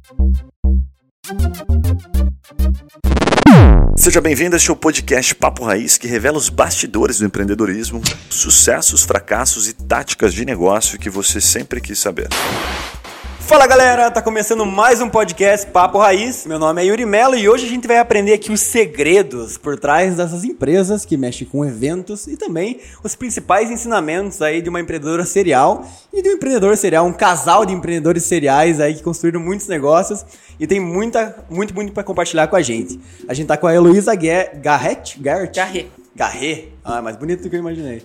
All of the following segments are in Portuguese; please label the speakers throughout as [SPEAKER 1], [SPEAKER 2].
[SPEAKER 1] Seja bem-vindo a este podcast Papo Raiz, que revela os bastidores do empreendedorismo, sucessos, fracassos e táticas de negócio que você sempre quis saber.
[SPEAKER 2] Fala galera, tá começando mais um podcast Papo Raiz. Meu nome é Yuri Mello e hoje a gente vai aprender aqui os segredos por trás dessas empresas que mexem com eventos e também os principais ensinamentos aí de uma empreendedora serial e de um empreendedor serial, um casal de empreendedores seriais aí que construíram muitos negócios e tem muito para compartilhar com a gente. A gente tá com a Heloísa Garret. Ah, mais bonito do que eu imaginei.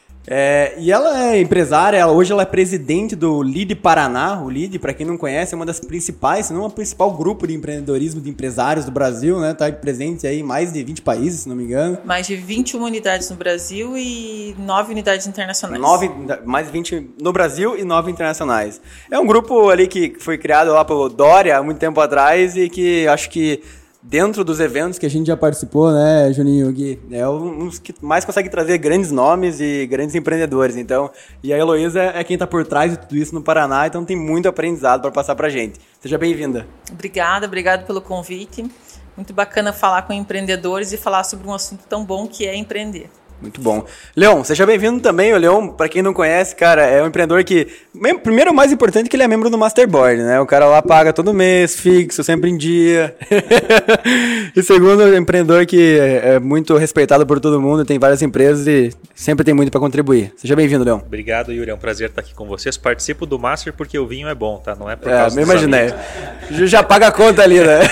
[SPEAKER 2] E ela é empresária, hoje ela é presidente do LEAD Paraná. O LEAD, para quem não conhece, é uma das principais, se não o principal grupo de empreendedorismo de empresários do Brasil, né? Tá presente aí em mais de 20 países, se não me engano.
[SPEAKER 3] Mais de 21 unidades no Brasil e 9 unidades internacionais.
[SPEAKER 2] Mais de 20 no Brasil e 9 internacionais. É um grupo ali que foi criado lá pelo Dória há muito tempo atrás e que acho que dentro dos eventos que a gente já participou, né, Juninho, Gui, é um dos que mais consegue trazer grandes nomes e grandes empreendedores. Então, e a Heloísa é quem está por trás de tudo isso no Paraná, então tem muito aprendizado para passar para a gente. Seja bem-vinda.
[SPEAKER 3] Obrigado pelo convite. Muito bacana falar com empreendedores e falar sobre um assunto tão bom que é empreender.
[SPEAKER 2] Muito bom. Leon, seja bem-vindo também. O Leon, para quem não conhece, cara, é um empreendedor que... Primeiro, o mais importante é que ele é membro do Masterboard, né? O cara lá paga todo mês, fixo, sempre em dia. E segundo, é um empreendedor que é muito respeitado por todo mundo, tem várias empresas e sempre tem muito para contribuir. Seja bem-vindo, Leon.
[SPEAKER 4] Obrigado, Yuri. É um prazer estar aqui com vocês. Participo do Master porque o vinho é bom, tá? Não é por causa
[SPEAKER 2] me imaginei. Já paga a conta ali, né?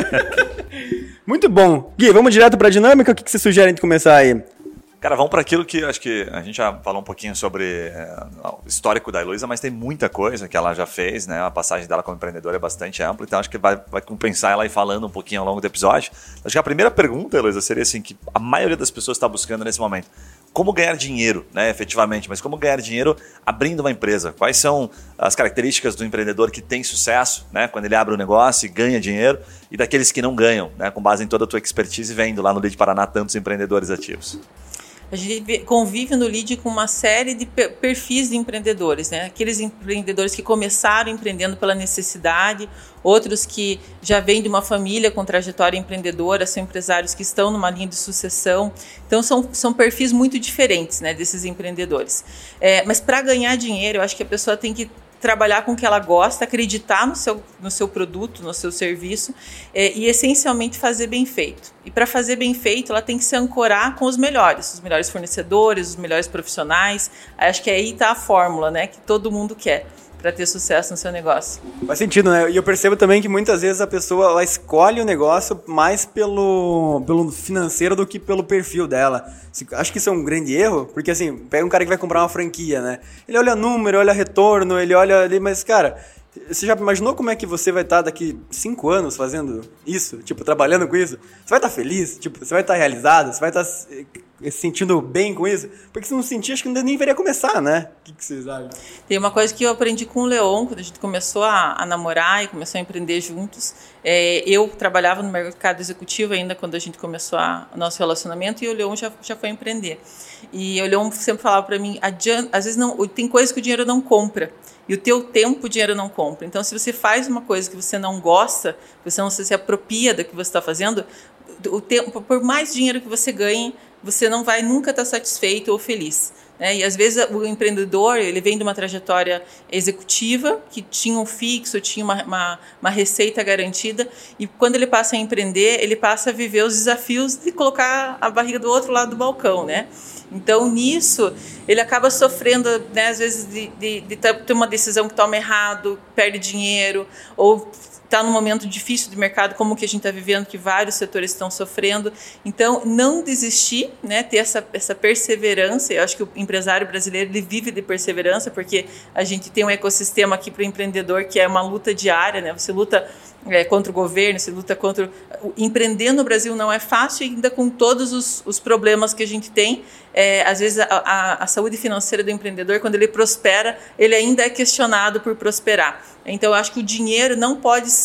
[SPEAKER 2] Muito bom. Gui, vamos direto para a dinâmica? O que você sugere de começar aí?
[SPEAKER 1] Cara, vamos para aquilo que acho que a gente já falou um pouquinho sobre o histórico da Heloísa, mas tem muita coisa que ela já fez, né? A passagem dela como empreendedora é bastante ampla, então acho que vai compensar ela ir falando um pouquinho ao longo do episódio. Acho que a primeira pergunta, Heloísa, seria assim, que a maioria das pessoas está buscando nesse momento. Como ganhar dinheiro, né, efetivamente, mas como ganhar dinheiro abrindo uma empresa? Quais são as características do empreendedor que tem sucesso, né, quando ele abre um negócio e ganha dinheiro, e daqueles que não ganham, né, com base em toda a tua expertise vendo lá no LEAD Paraná tantos empreendedores ativos?
[SPEAKER 3] A gente convive no LEAD com uma série de perfis de empreendedores, né? Aqueles empreendedores que começaram empreendendo pela necessidade, outros que já vêm de uma família com trajetória empreendedora, são empresários que estão numa linha de sucessão. Então, são perfis muito diferentes, né, desses empreendedores. Mas para ganhar dinheiro, eu acho que a pessoa tem que trabalhar com o que ela gosta, acreditar no seu produto, no seu serviço e essencialmente fazer bem feito. E para fazer bem feito, ela tem que se ancorar com os melhores fornecedores, os melhores profissionais. Acho que aí está a fórmula, né, que todo mundo quer para ter sucesso no seu negócio.
[SPEAKER 2] Faz sentido, né? E eu percebo também que muitas vezes a pessoa ela escolhe o negócio mais pelo financeiro do que pelo perfil dela. Acho que isso é um grande erro, porque assim, pega um cara que vai comprar uma franquia, né? Ele olha número, olha retorno, ele olha ali, mas cara, você já imaginou como é que você vai estar daqui 5 anos fazendo isso? Tipo, trabalhando com isso? Você vai estar feliz? Tipo, você vai estar realizado? Você vai estar se sentindo bem com isso? Porque se não sentir, acho que nem deveria começar, né? O que vocês acham?
[SPEAKER 3] Tem uma coisa que eu aprendi com o Leon, quando a gente começou a namorar e começou a empreender juntos. Eu trabalhava no mercado executivo ainda quando a gente começou o nosso relacionamento e o Leon já foi empreender. E o Leon sempre falava para mim, às vezes não, tem coisas que o dinheiro não compra. E o teu tempo o dinheiro não compra. Então, se você faz uma coisa que você não gosta, você não se apropria do que você está fazendo, o tempo, por mais dinheiro que você ganhe, você não vai nunca estar satisfeito ou feliz. Né? E às vezes o empreendedor ele vem de uma trajetória executiva, que tinha um fixo, tinha uma receita garantida, e quando ele passa a empreender, ele passa a viver os desafios de colocar a barriga do outro lado do balcão, né? Então, nisso, ele acaba sofrendo, né, às vezes, de ter uma decisão que toma errado, perde dinheiro, ou está num momento difícil de mercado, como o que a gente está vivendo, que vários setores estão sofrendo. Então, não desistir, né, ter essa perseverança. Eu acho que o empresário brasileiro ele vive de perseverança, porque a gente tem um ecossistema aqui para o empreendedor que é uma luta diária, né? Você luta contra o governo, você luta contra... Empreender no Brasil não é fácil, ainda com todos os problemas que a gente tem. Às vezes, a saúde financeira do empreendedor, quando ele prospera, ele ainda é questionado por prosperar. Então, eu acho que o dinheiro não pode ser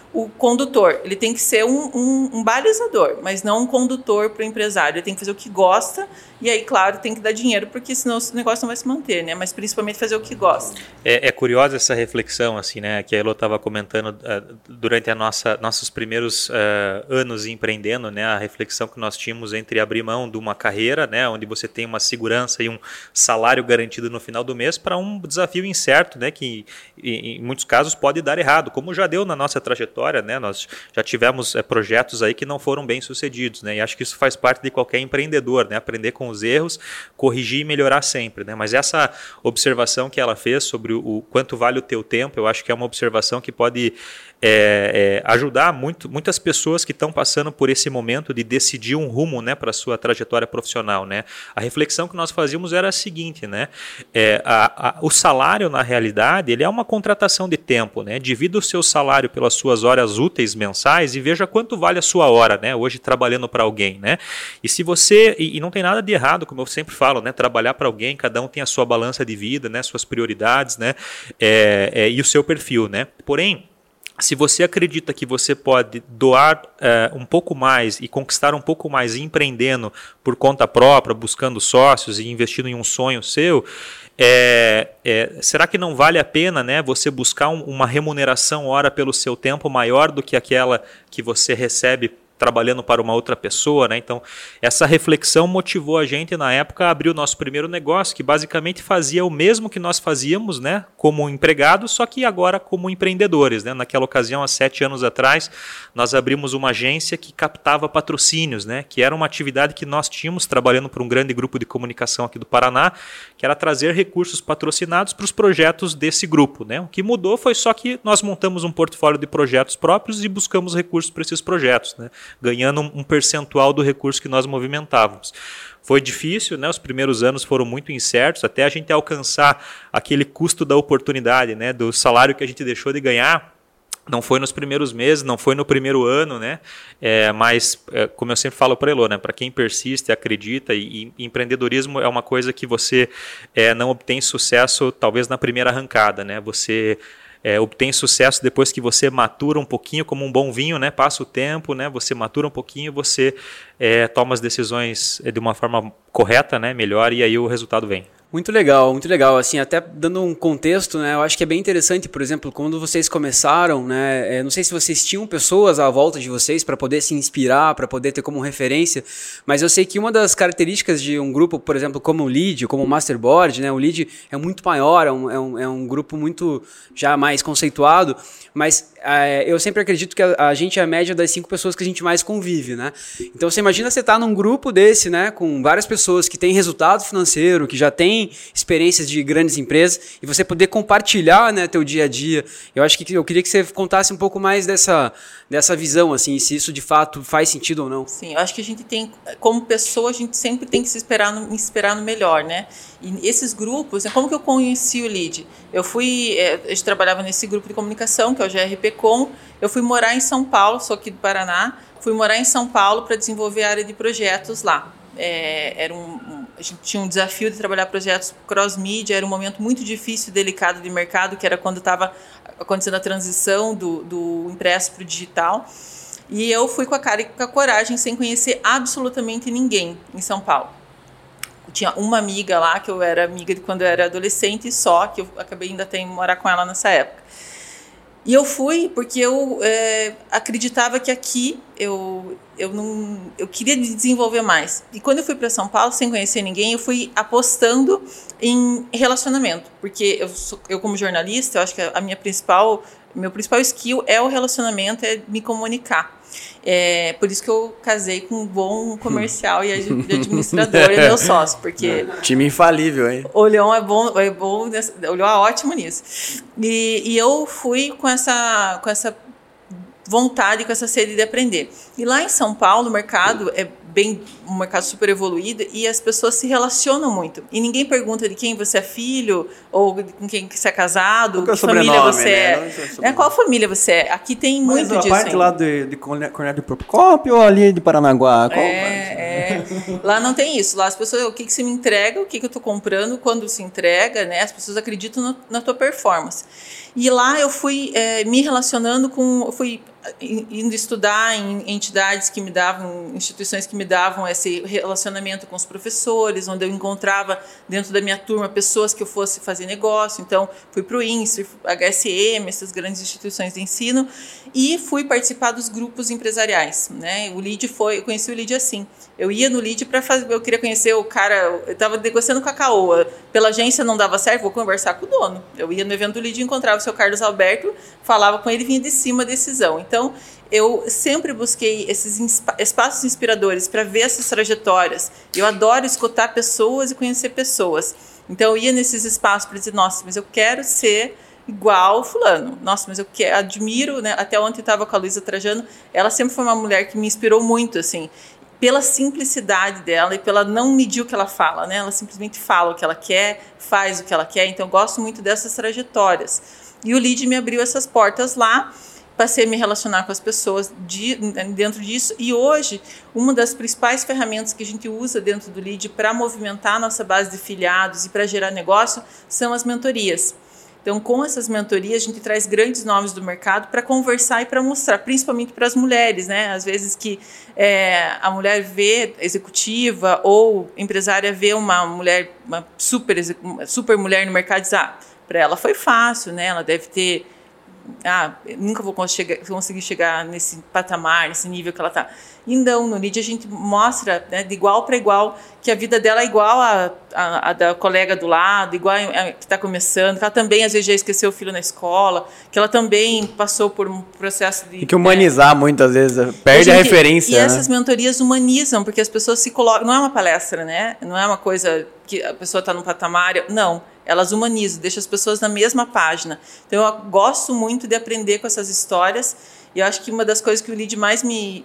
[SPEAKER 3] o condutor, ele tem que ser um balizador, mas não um condutor para o empresário. Ele tem que fazer o que gosta e aí, claro, tem que dar dinheiro, porque senão o negócio não vai se manter, né? Mas principalmente fazer o que gosta.
[SPEAKER 4] É curiosa essa reflexão, assim, né? Que a Elo estava comentando durante nossos primeiros anos empreendendo, né? A reflexão que nós tínhamos entre abrir mão de uma carreira, né? Onde você tem uma segurança e um salário garantido no final do mês, para um desafio incerto, né? Que em muitos casos pode dar errado, como já deu na nossa trajetória, né? Nós já tivemos projetos aí que não foram bem sucedidos, né? E acho que isso faz parte de qualquer empreendedor, né? Aprender com os erros, corrigir e melhorar sempre, né? Mas essa observação que ela fez sobre o quanto vale o teu tempo, eu acho que é uma observação que pode ajudar muitas pessoas que estão passando por esse momento de decidir um rumo, né, para a sua trajetória profissional, né? A reflexão que nós fazíamos era a seguinte, né? O salário, na realidade, ele é uma contratação de tempo, né? Divida o seu salário pelas suas horas úteis mensais e veja quanto vale a sua hora, né? Hoje trabalhando para alguém, né? E se você, e não tem nada de errado, como eu sempre falo, né? Trabalhar para alguém, cada um tem a sua balança de vida, né? Suas prioridades, né? E o seu perfil, né? Porém, se você acredita que você pode doar um pouco mais e conquistar um pouco mais empreendendo por conta própria, buscando sócios e investindo em um sonho seu, será que não vale a pena, né, você buscar uma remuneração hora pelo seu tempo maior do que aquela que você recebe trabalhando para uma outra pessoa, né? Então, essa reflexão motivou a gente, na época, a abrir o nosso primeiro negócio, que basicamente fazia o mesmo que nós fazíamos, né, como empregados, só que agora como empreendedores, né? Naquela ocasião, há 7 anos atrás, nós abrimos uma agência que captava patrocínios, né, que era uma atividade que nós tínhamos trabalhando para um grande grupo de comunicação aqui do Paraná, que era trazer recursos patrocinados para os projetos desse grupo, né? O que mudou foi só que nós montamos um portfólio de projetos próprios e buscamos recursos para esses projetos, né? Ganhando um percentual do recurso que nós movimentávamos. Foi difícil, né? Os primeiros anos foram muito incertos, até a gente alcançar aquele custo da oportunidade, né? Do salário que a gente deixou de ganhar. Não foi nos primeiros meses, não foi no primeiro ano, né? Mas, como eu sempre falo para Elo, né? Para quem persiste, acredita, e empreendedorismo é uma coisa que você não obtém sucesso, talvez na primeira arrancada, né? Você obtém sucesso depois que você matura um pouquinho, como um bom vinho, né? Passa o tempo, né? Você matura um pouquinho, você toma as decisões de uma forma correta, né? Melhor, e aí o resultado vem.
[SPEAKER 2] Muito legal, muito legal. Assim, até dando um contexto, né, eu acho que é bem interessante, por exemplo, quando vocês começaram, né, não sei se vocês tinham pessoas à volta de vocês para poder se inspirar, para poder ter como referência, mas eu sei que uma das características de um grupo, por exemplo, como o Lead, como o Masterboard, né, o Lead é muito maior, é um grupo muito já mais conceituado, mas eu sempre acredito que a gente é a média das 5 pessoas que a gente mais convive, né? Então você imagina você estar num grupo desse, né, com várias pessoas que têm resultado financeiro, que já têm experiências de grandes empresas, e você poder compartilhar, né, teu dia a dia. Eu queria que você contasse um pouco mais dessa visão, assim, se isso de fato faz sentido ou não.
[SPEAKER 3] Sim, eu acho que a gente tem, como pessoa, a gente sempre tem que se esperar no melhor, né? E esses grupos, como que eu conheci o Lead? Eu gente trabalhava nesse grupo de comunicação, que é o GRPcom, eu fui morar em São Paulo, sou aqui do Paraná, fui morar em São Paulo para desenvolver a área de projetos lá. A gente tinha um desafio de trabalhar projetos cross-mídia, era um momento muito difícil e delicado de mercado, que era quando estava acontecendo a transição do impresso para o digital. E eu fui com a cara e com a coragem, sem conhecer absolutamente ninguém em São Paulo. Eu tinha uma amiga lá, que eu era amiga de quando eu era adolescente só, que eu acabei ainda tendo morar com ela nessa época. E eu fui porque eu acreditava que aqui eu queria desenvolver mais. E quando eu fui para São Paulo, sem conhecer ninguém, eu fui apostando em relacionamento. Porque eu como jornalista, eu acho que meu principal skill é o relacionamento, é me comunicar. Por isso que eu casei com um bom comercial e administrador, é meu sócio, porque
[SPEAKER 2] time infalível, hein?
[SPEAKER 3] O Leon é bom, o Leon é ótimo nisso. E eu fui com essa vontade, com essa sede de aprender. E lá em São Paulo, o mercado é um mercado super evoluído e as pessoas se relacionam muito. E ninguém pergunta de quem você é filho, ou com quem você é casado, que família você é. Qual família você é? Aqui tem muito disso.
[SPEAKER 2] Mas a parte lá de Cornélio de Procópio ou ali de Paranaguá?
[SPEAKER 3] Lá não tem isso. Lá as pessoas, o que você me entrega, o que eu estou comprando, quando se entrega, né? As pessoas acreditam na tua performance. E lá eu fui me relacionando eu fui indo estudar em entidades que me davam, instituições que me davam esse relacionamento com os professores, onde eu encontrava dentro da minha turma pessoas que eu fosse fazer negócio. Então, fui para o INSPER, HSM, essas grandes instituições de ensino, e fui participar dos grupos empresariais, né? Eu conheci o LEAD assim. Eu ia no LEAD para fazer, eu queria conhecer o cara, eu estava negociando com a Caoa, pela agência não dava certo, vou conversar com o dono. Eu ia no evento do LEAD, encontrava o seu Carlos Alberto, falava com ele e vinha de cima a decisão. Então, eu sempre busquei esses espaços inspiradores para ver essas trajetórias. Eu adoro escutar pessoas e conhecer pessoas. Então, eu ia nesses espaços para dizer, nossa, mas eu quero ser igual fulano. Nossa, mas eu admiro, né? Até ontem estava com a Luísa Trajano, ela sempre foi uma mulher que me inspirou muito, assim, pela simplicidade dela e pela não medir o que ela fala, né? Ela simplesmente fala o que ela quer, faz o que ela quer. Então, eu gosto muito dessas trajetórias. E o LEAD me abriu essas portas lá, passei a me relacionar com as pessoas dentro disso, e hoje uma das principais ferramentas que a gente usa dentro do LEAD para movimentar a nossa base de filiados e para gerar negócio são as mentorias. Então, com essas mentorias, a gente traz grandes nomes do mercado para conversar e para mostrar, principalmente para as mulheres, né? Às vezes que a mulher vê executiva ou empresária vê uma mulher, uma super mulher no mercado e diz, para ela foi fácil, né? Ela deve ter... nunca vou conseguir chegar nesse patamar, nesse nível que ela está. E não, no LEAD a gente mostra, né, de igual para igual, que a vida dela é igual a da colega do lado, igual a que está começando, que ela também às vezes já esqueceu o filho na escola, que ela também passou por um processo de...
[SPEAKER 2] Tem que humanizar muitas vezes, perde a referência.
[SPEAKER 3] E essas mentorias humanizam, porque as pessoas se colocam... Não é uma palestra, né? Não é uma coisa que a pessoa está num patamar... Não, elas humanizam, deixam as pessoas na mesma página. Então, eu gosto muito de aprender com essas histórias. E eu acho que uma das coisas que o LEAD mais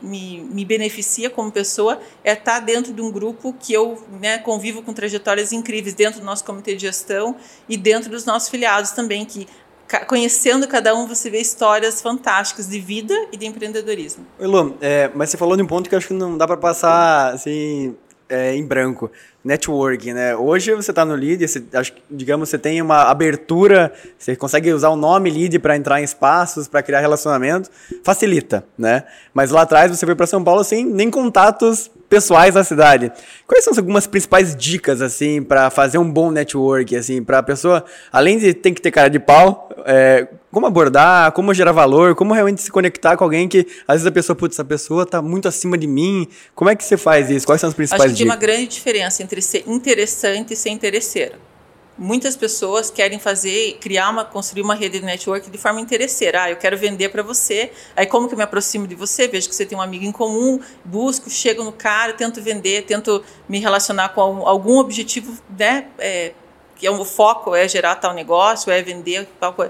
[SPEAKER 3] me beneficia como pessoa é estar dentro de um grupo que eu, né, convivo com trajetórias incríveis dentro do nosso comitê de gestão e dentro dos nossos filiados também, que conhecendo cada um você vê histórias fantásticas de vida e de empreendedorismo.
[SPEAKER 2] Oi, Lu, mas você falou de um ponto que eu acho que não dá para passar assim, em branco. Networking, né? Hoje você está no LEAD, digamos, você tem uma abertura, você consegue usar o nome LEAD para entrar em espaços, para criar relacionamento, facilita, né? Mas lá atrás você veio para São Paulo sem nem contatos pessoais na cidade. Quais são algumas principais dicas, assim, para fazer um bom network, assim, para a pessoa, além de ter que ter cara de pau, como abordar, como gerar valor, como realmente se conectar com alguém que, às vezes a pessoa está muito acima de mim. Como é que você faz isso? Quais são as principais dicas?
[SPEAKER 3] Acho que tem uma grande diferença entre ser interessante e ser interesseiro. Muitas pessoas querem construir uma rede de network de forma interesseira. Eu quero vender para você. Aí como que eu me aproximo de você? Vejo que você tem um amigo em comum, busco, chego no cara, tento vender, tento me relacionar com algum objetivo, né? Que o foco é gerar tal negócio, é vender tal coisa.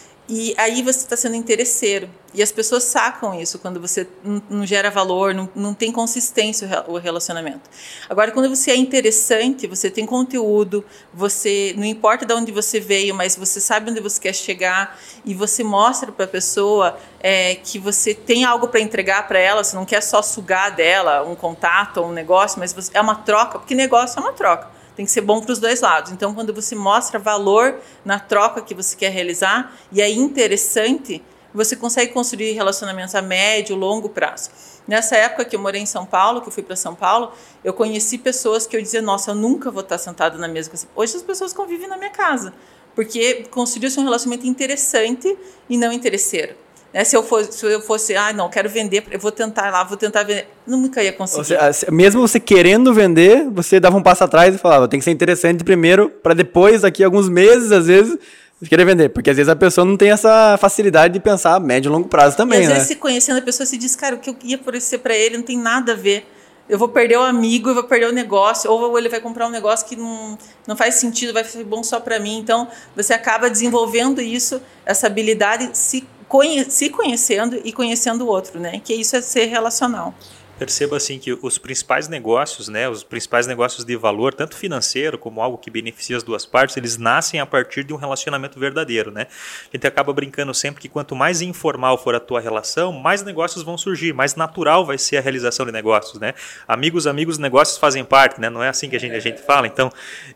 [SPEAKER 3] E aí você está sendo interesseiro. E as pessoas sacam isso quando você não gera valor, não tem consistência o relacionamento. Agora, quando você é interessante, você tem conteúdo, você não importa de onde você veio, mas você sabe onde você quer chegar e você mostra para a pessoa que você tem algo para entregar para ela, você não quer só sugar dela um contato ou um negócio, mas é uma troca, porque negócio é uma troca. Tem que ser bom para os dois lados. Então, quando você mostra valor na troca que você quer realizar e é interessante, você consegue construir relacionamentos a médio, longo prazo. Nessa época que eu morei em São Paulo, que eu fui para São Paulo, eu conheci pessoas que eu dizia, nossa, eu nunca vou estar sentada na mesa com essa... Hoje as pessoas convivem na minha casa, porque construiu-se um relacionamento interessante e não interesseiro. Se eu fosse, não, quero vender, eu vou tentar vender, nunca ia conseguir.
[SPEAKER 2] Mesmo você querendo vender, você dava um passo atrás e falava, tem que ser interessante primeiro, para depois, daqui a alguns meses, às vezes, querer vender. Porque às vezes a pessoa não tem essa facilidade de pensar a médio e longo prazo também, né?
[SPEAKER 3] Às vezes, se conhecendo a pessoa, se diz, cara, o que eu ia oferecer para ele não tem nada a ver. Eu vou perder o amigo, eu vou perder o negócio, ou ele vai comprar um negócio que não faz sentido, vai ser bom só para mim. Então, você acaba desenvolvendo isso, essa habilidade, se conhecendo e conhecendo o outro, né? Que isso é ser relacional.
[SPEAKER 4] Perceba assim que os principais negócios, né, os principais negócios de valor, tanto financeiro como algo que beneficia as duas partes, eles nascem a partir de um relacionamento verdadeiro, né? A gente acaba brincando sempre que quanto mais informal for a tua relação, mais negócios vão surgir, mais natural vai ser a realização de negócios, né? Amigos, negócios fazem parte, né? Não é assim que a gente fala. Então,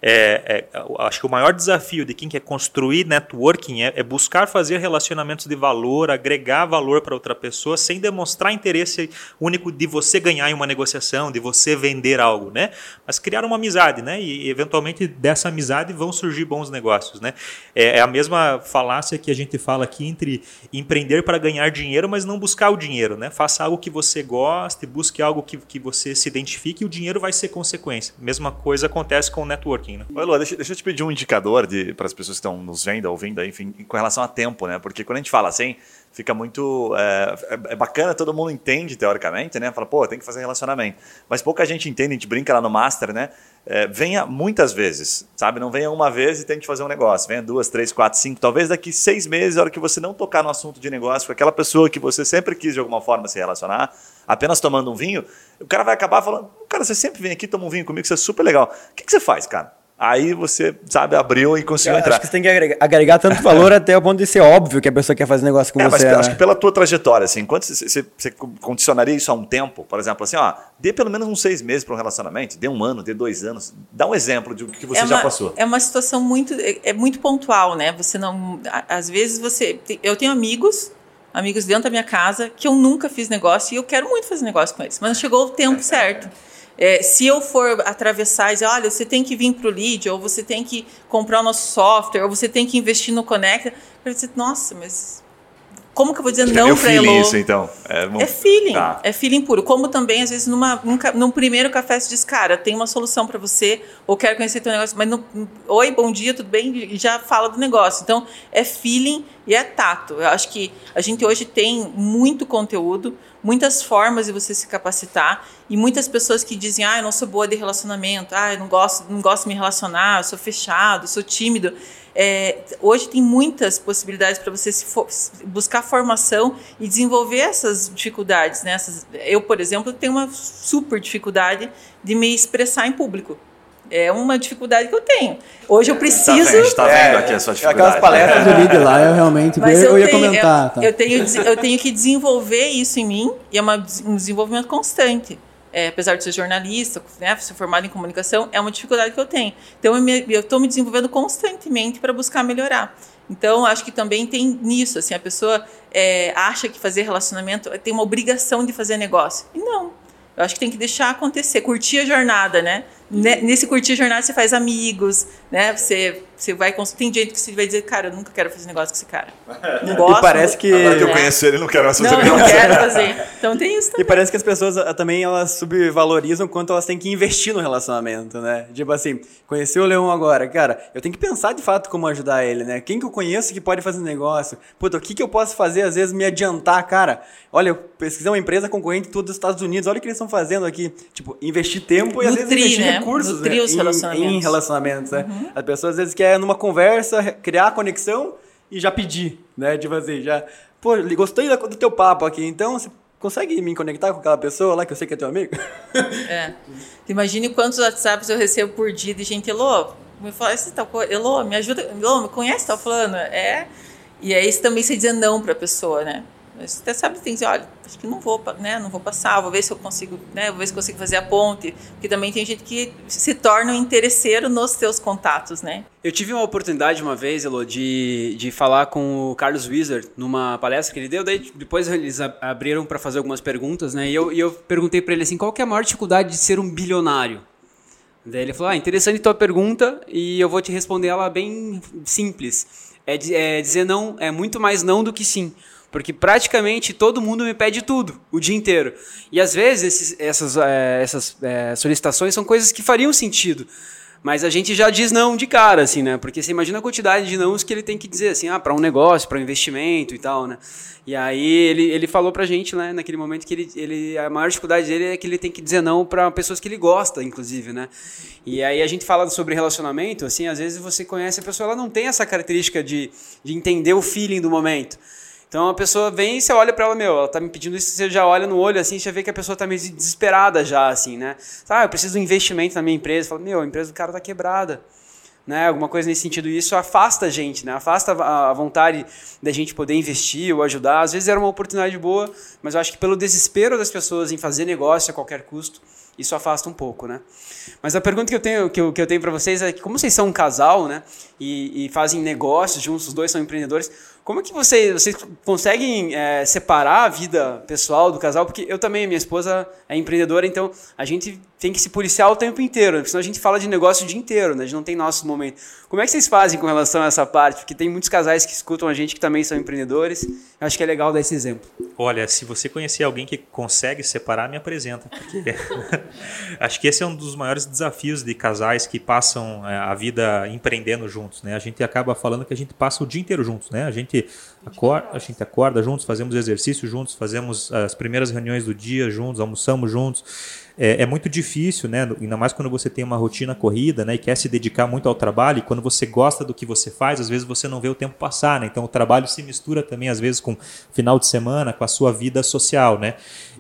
[SPEAKER 4] acho que o maior desafio de quem quer construir networking é buscar fazer relacionamentos de valor, agregar valor para outra pessoa, sem demonstrar interesse único de você ganhar em uma negociação, de você vender algo, né? Mas criar uma amizade, né? E eventualmente dessa amizade vão surgir bons negócios, né? É a mesma falácia que a gente fala aqui entre empreender para ganhar dinheiro, mas não buscar o dinheiro, né? Faça algo que você goste, busque algo que você se identifique e o dinheiro vai ser consequência. Mesma coisa acontece com o networking, né?
[SPEAKER 1] Oi, Lua, deixa eu te pedir um indicador para as pessoas que estão nos vendo, ouvindo, enfim, com relação a tempo, né? Porque quando a gente fala assim, fica muito... É bacana, todo mundo entende, teoricamente, né? Fala, pô, tem que fazer relacionamento. Mas pouca gente entende, a gente brinca lá no Master, né? Venha muitas vezes, sabe? Não venha uma vez e tente fazer um negócio. Venha 2, 3, 4, 5, talvez daqui 6 meses, a hora que você não tocar no assunto de negócio, com aquela pessoa que você sempre quis de alguma forma se relacionar, apenas tomando um vinho, o cara vai acabar falando, cara, você sempre vem aqui, toma um vinho comigo, isso é super legal. O que você faz, cara? Aí você, sabe, abriu e conseguiu entrar.
[SPEAKER 2] Acho que você tem que agregar tanto valor até o ponto de ser óbvio que a pessoa quer fazer negócio com você.
[SPEAKER 1] Mas
[SPEAKER 2] né?
[SPEAKER 1] acho que pela tua trajetória, assim, quanto você condicionaria isso a um tempo? Por exemplo, assim, dê pelo menos uns 6 meses para um relacionamento, dê 1 ano, dê 2 anos. Dá um exemplo de o que você já passou.
[SPEAKER 3] É uma situação muito pontual, né? Você não... Às vezes eu tenho amigos dentro da minha casa que eu nunca fiz negócio e eu quero muito fazer negócio com eles, mas não chegou o tempo certo. Se eu for atravessar e dizer, olha, você tem que vir para o lead, ou você tem que comprar o nosso software, ou você tem que investir no Connect, eu dizer, nossa, mas como que eu vou dizer não para Elo?
[SPEAKER 1] Isso, então.
[SPEAKER 3] É feeling, tá. É feeling puro. Como também, às vezes, num primeiro café você diz, cara, tem uma solução para você, ou quero conhecer teu negócio, mas oi, bom dia, tudo bem? E já fala do negócio. Então, é feeling e é tato. Eu acho que a gente hoje tem muito conteúdo, muitas formas de você se capacitar e muitas pessoas que dizem, eu não sou boa de relacionamento, eu não gosto de me relacionar, eu sou fechado, eu sou tímido. Hoje tem muitas possibilidades para você buscar formação e desenvolver essas dificuldades, né? Eu, por exemplo, tenho uma super dificuldade de me expressar em público. É uma dificuldade que eu tenho. Hoje eu preciso...
[SPEAKER 1] A gente tá vendo aqui a sua dificuldade.
[SPEAKER 2] Aquelas palestras do lead lá, eu realmente... eu ia comentar. Tá?
[SPEAKER 3] Eu tenho que desenvolver isso em mim e é um desenvolvimento constante. Apesar de ser jornalista, né, ser formado em comunicação, é uma dificuldade que eu tenho. Então, eu estou me desenvolvendo constantemente para buscar melhorar. Então, acho que também tem nisso. Assim, a pessoa acha que fazer relacionamento tem uma obrigação de fazer negócio. E não. Eu acho que tem que deixar acontecer, curtir a jornada, né? Nesse curtir a jornada, você faz amigos, né? Você vai... Tem gente que você vai dizer, cara, eu nunca quero fazer negócio com esse cara. Não gosto.
[SPEAKER 2] E parece que...
[SPEAKER 1] Agora que eu conheço ele, não quero mais fazer negócio.
[SPEAKER 3] Não quero fazer. Então tem isso também.
[SPEAKER 2] E parece que as pessoas também, elas subvalorizam quanto elas têm que investir no relacionamento, né? Tipo assim, conheci o Leon agora, cara, eu tenho que pensar de fato como ajudar ele, né? Quem que eu conheço que pode fazer negócio? Puta, o que eu posso fazer, às vezes, me adiantar, cara? Olha, eu pesquisei uma empresa concorrente todos os Estados Unidos, olha o que eles estão fazendo aqui. Tipo, investir tempo e às vezes investir recursos, né? Em relacionamentos, né? As pessoas às vezes querem numa conversa criar conexão e já pedir, né? Tipo assim, já... Pô, gostei do teu papo aqui, então você consegue me conectar com aquela pessoa lá que eu sei que é teu amigo?
[SPEAKER 3] Imagine quantos WhatsApps eu recebo por dia de gente, Elô, me fala esse tal coisa, Elô, me ajuda, Elô, me conhece tal fulano? E aí você também se dizer não para a pessoa, né? Você até sabe, tem que dizer, olha, acho que não vou passar, vou ver se eu consigo, né? Vou ver se consigo fazer a ponte, porque também tem gente que se torna um interesseiro nos seus contatos, né?
[SPEAKER 5] Eu tive uma oportunidade uma vez, Elô, de falar com o Carlos Wieser numa palestra que ele deu, daí depois eles abriram para fazer algumas perguntas, né? E eu perguntei para ele assim, qual que é a maior dificuldade de ser um bilionário? Daí ele falou, interessante tua pergunta e eu vou te responder ela bem simples. Dizer não, é muito mais não do que sim. Porque praticamente todo mundo me pede tudo, o dia inteiro. E às vezes essas solicitações são coisas que fariam sentido. Mas a gente já diz não de cara, assim, né? Porque você imagina a quantidade de nãos que ele tem que dizer, assim, para um negócio, para um investimento e tal, né? E aí ele falou pra gente, né, naquele momento que a maior dificuldade dele é que ele tem que dizer não para pessoas que ele gosta, inclusive, né? E aí a gente fala sobre relacionamento, assim, às vezes você conhece a pessoa, ela não tem essa característica de entender o feeling do momento. Então a pessoa vem e você olha pra ela, ela tá me pedindo isso, você já olha no olho assim, você vê que a pessoa tá meio desesperada já, assim, né? Eu preciso de um investimento na minha empresa. Fala, a empresa do cara tá quebrada. Né? Alguma coisa nesse sentido. E isso afasta a gente, né? Afasta a vontade da gente poder investir ou ajudar. Às vezes era uma oportunidade boa, mas eu acho que pelo desespero das pessoas em fazer negócio a qualquer custo, isso afasta um pouco, né? Mas a pergunta que eu tenho para vocês é que, como vocês são um casal, né? E fazem negócios juntos, os dois são empreendedores, como é que vocês conseguem separar a vida pessoal do casal? Porque eu também, minha esposa é empreendedora, então a gente tem que se policiar o tempo inteiro, né? Senão a gente fala de negócio o dia inteiro, né? A gente não tem nosso momento. Como é que vocês fazem com relação a essa parte? Porque tem muitos casais que escutam a gente que também são empreendedores. Eu acho que é legal dar esse exemplo.
[SPEAKER 4] Olha, se você conhecer alguém que consegue separar, me apresenta. Porque acho que esse é um dos maiores desafios de casais que passam a vida empreendendo juntos, né? A gente acaba falando que a gente passa o dia inteiro juntos, né? A gente acorda juntos, fazemos exercício juntos, fazemos as primeiras reuniões do dia juntos, almoçamos juntos. É muito difícil, né? Ainda mais quando você tem uma rotina corrida, né? E quer se dedicar muito ao trabalho, e quando você gosta do que você faz, às vezes você não vê o tempo passar, né? Então o trabalho se mistura também às vezes com final de semana, com a sua vida social, né?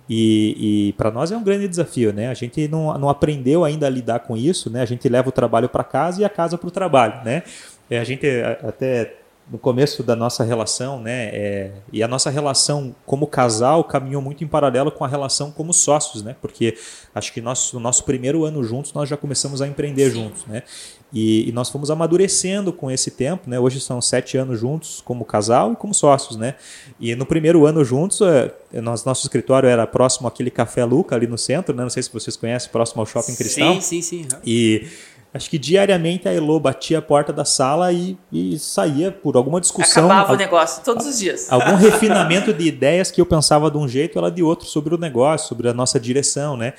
[SPEAKER 4] E para nós é um grande desafio, né? A gente não aprendeu ainda a lidar com isso, né? A gente leva o trabalho para casa e a casa para o trabalho, né? A gente até no começo da nossa relação, né? E a nossa relação como casal caminhou muito em paralelo com a relação como sócios, né? Porque acho que no nosso primeiro ano juntos nós já começamos a empreender juntos, né? E nós fomos amadurecendo com esse tempo, né? Hoje são 7 anos juntos como casal e como sócios, né? E no primeiro ano juntos, nosso escritório era próximo àquele Café Luca ali no centro, né? Não sei se vocês conhecem, próximo ao Shopping Cristal.
[SPEAKER 5] Sim.
[SPEAKER 4] E acho que diariamente a Elô batia a porta da sala e saía por alguma discussão.
[SPEAKER 3] Acabava o negócio todos os dias.
[SPEAKER 4] Algum refinamento de ideias que eu pensava de um jeito, ela de outro, sobre o negócio, sobre a nossa direção, né?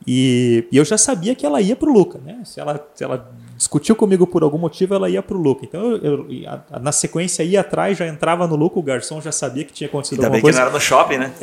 [SPEAKER 4] E eu já sabia que ela ia para o Luca, né? Se ela discutiu comigo por algum motivo, ela ia para o Luca. Então, na sequência, ia atrás, já entrava no Luca, o garçom já sabia que tinha acontecido alguma coisa.
[SPEAKER 1] Ainda bem que não era no shopping, né?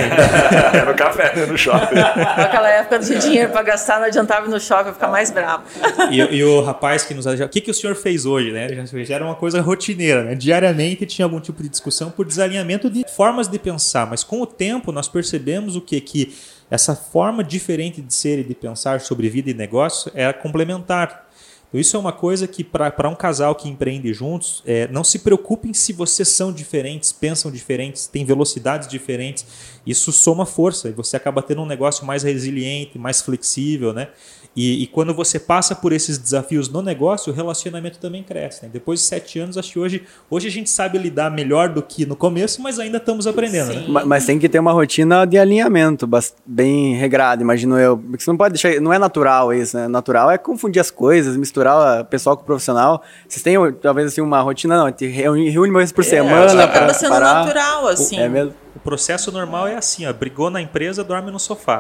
[SPEAKER 1] Era no café, era no shopping.
[SPEAKER 3] Naquela época não tinha dinheiro para gastar, não adiantava ir no shopping, ficar mais bravo.
[SPEAKER 4] E o rapaz que nos ajudou, o que o senhor fez hoje, né? Já era uma coisa rotineira, né? Diariamente tinha algum tipo de discussão por desalinhamento de formas de pensar, mas com o tempo nós percebemos que essa forma diferente de ser e de pensar sobre vida e negócio era complementar. Então, isso é uma coisa que para um casal que empreende juntos, não se preocupem se vocês são diferentes, pensam diferentes, têm velocidades diferentes. Isso soma força e você acaba tendo um negócio mais resiliente, mais flexível, né? E quando você passa por esses desafios no negócio, o relacionamento também cresce, né? Depois de 7 anos, acho que hoje a gente sabe lidar melhor do que no começo, mas ainda estamos aprendendo. Né?
[SPEAKER 2] Mas tem que ter uma rotina de alinhamento bem regrada, imagino eu. Porque você não pode deixar. Não é natural isso, né? Natural é confundir as coisas, misturar o pessoal com o profissional. Vocês têm talvez assim, uma rotina, não? Te reúne uma vez por semana.
[SPEAKER 3] Acaba sendo natural, assim.
[SPEAKER 2] É mesmo.
[SPEAKER 4] O processo normal é assim, ó, brigou na empresa, dorme no sofá.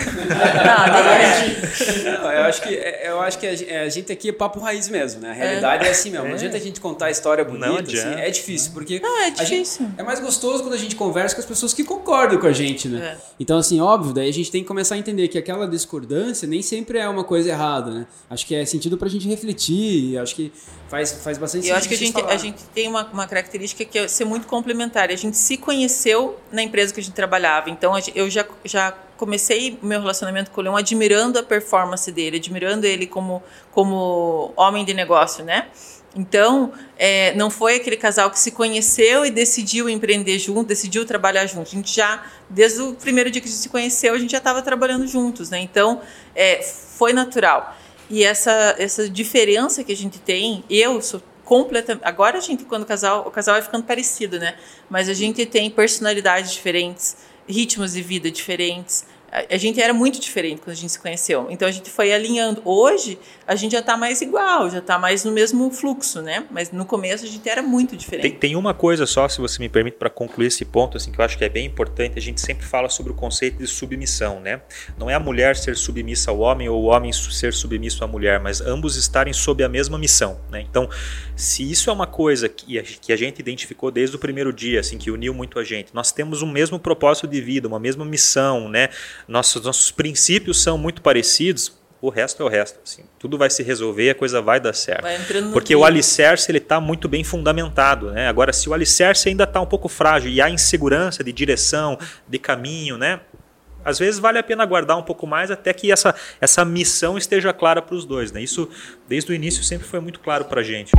[SPEAKER 5] Eu acho que a gente aqui é papo raiz mesmo, né? A realidade é assim mesmo. Não adianta a gente contar a história bonita, assim, é difícil, porque
[SPEAKER 3] é difícil.
[SPEAKER 5] É mais gostoso quando a gente conversa com as pessoas que concordam com a gente, né? Então, assim, óbvio, daí a gente tem que começar a entender que aquela discordância nem sempre é uma coisa errada, né? Acho que é sentido pra gente refletir, acho que faz bastante sentido.
[SPEAKER 3] Eu acho que a gente tem uma característica que é ser muito complementar. A gente se conheceu na empresa que a gente trabalhava. Então, eu já comecei o meu relacionamento com o Leão admirando a performance dele, admirando ele como homem de negócio, né? Então, não foi aquele casal que se conheceu e decidiu empreender junto, decidiu trabalhar junto. A gente já, desde o primeiro dia que a gente se conheceu, a gente já estava trabalhando juntos, né? Então, foi natural. E essa diferença que a gente tem, eu sou completamente... Agora a gente, quando o casal vai ficando parecido, né? Mas a gente tem personalidades diferentes, ritmos de vida diferentes. A gente era muito diferente quando a gente se conheceu. Então a gente foi alinhando. Hoje a gente já está mais igual, já está mais no mesmo fluxo, né? Mas no começo a gente era muito diferente.
[SPEAKER 4] Tem uma coisa só, se você me permite, para concluir esse ponto, assim, que eu acho que é bem importante. A gente sempre fala sobre o conceito de submissão, né? Não é a mulher ser submissa ao homem ou o homem ser submisso à mulher, mas ambos estarem sob a mesma missão, né? Então, se isso é uma coisa que a gente identificou desde o primeiro dia, assim, que uniu muito a gente, nós temos o mesmo propósito de vida, uma mesma missão, né? Nossos princípios são muito parecidos. o resto é o resto. Assim, tudo vai se resolver e a coisa vai dar certo.
[SPEAKER 3] Vai entrando no
[SPEAKER 4] Porque o alicerce está muito bem fundamentado, né? Agora, se o alicerce ainda está um pouco frágil e há insegurança de direção, de caminho, né? Às vezes vale a pena aguardar um pouco mais até que essa missão esteja clara para os dois, né? Isso, desde o início, sempre foi muito claro para a gente.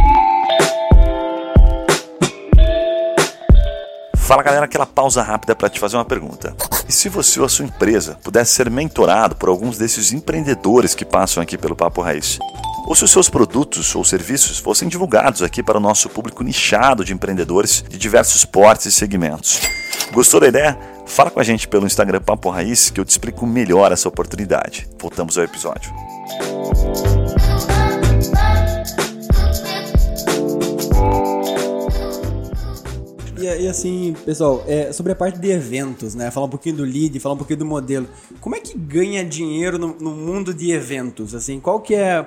[SPEAKER 1] Fala galera, aquela pausa rápida para te fazer uma pergunta. E se você ou a sua empresa pudesse ser mentorado por alguns desses empreendedores que passam aqui pelo Papo Raiz? Ou se os seus produtos ou serviços fossem divulgados aqui para o nosso público nichado de empreendedores de diversos portes e segmentos? Gostou da ideia? Fala com a gente pelo Instagram Papo Raiz que eu te explico melhor essa oportunidade. Voltamos ao episódio.
[SPEAKER 2] E assim, pessoal, sobre a parte de eventos, né? Falar um pouquinho do lead, falar um pouquinho do modelo. Como é que ganha dinheiro no mundo de eventos? Assim, qual que é,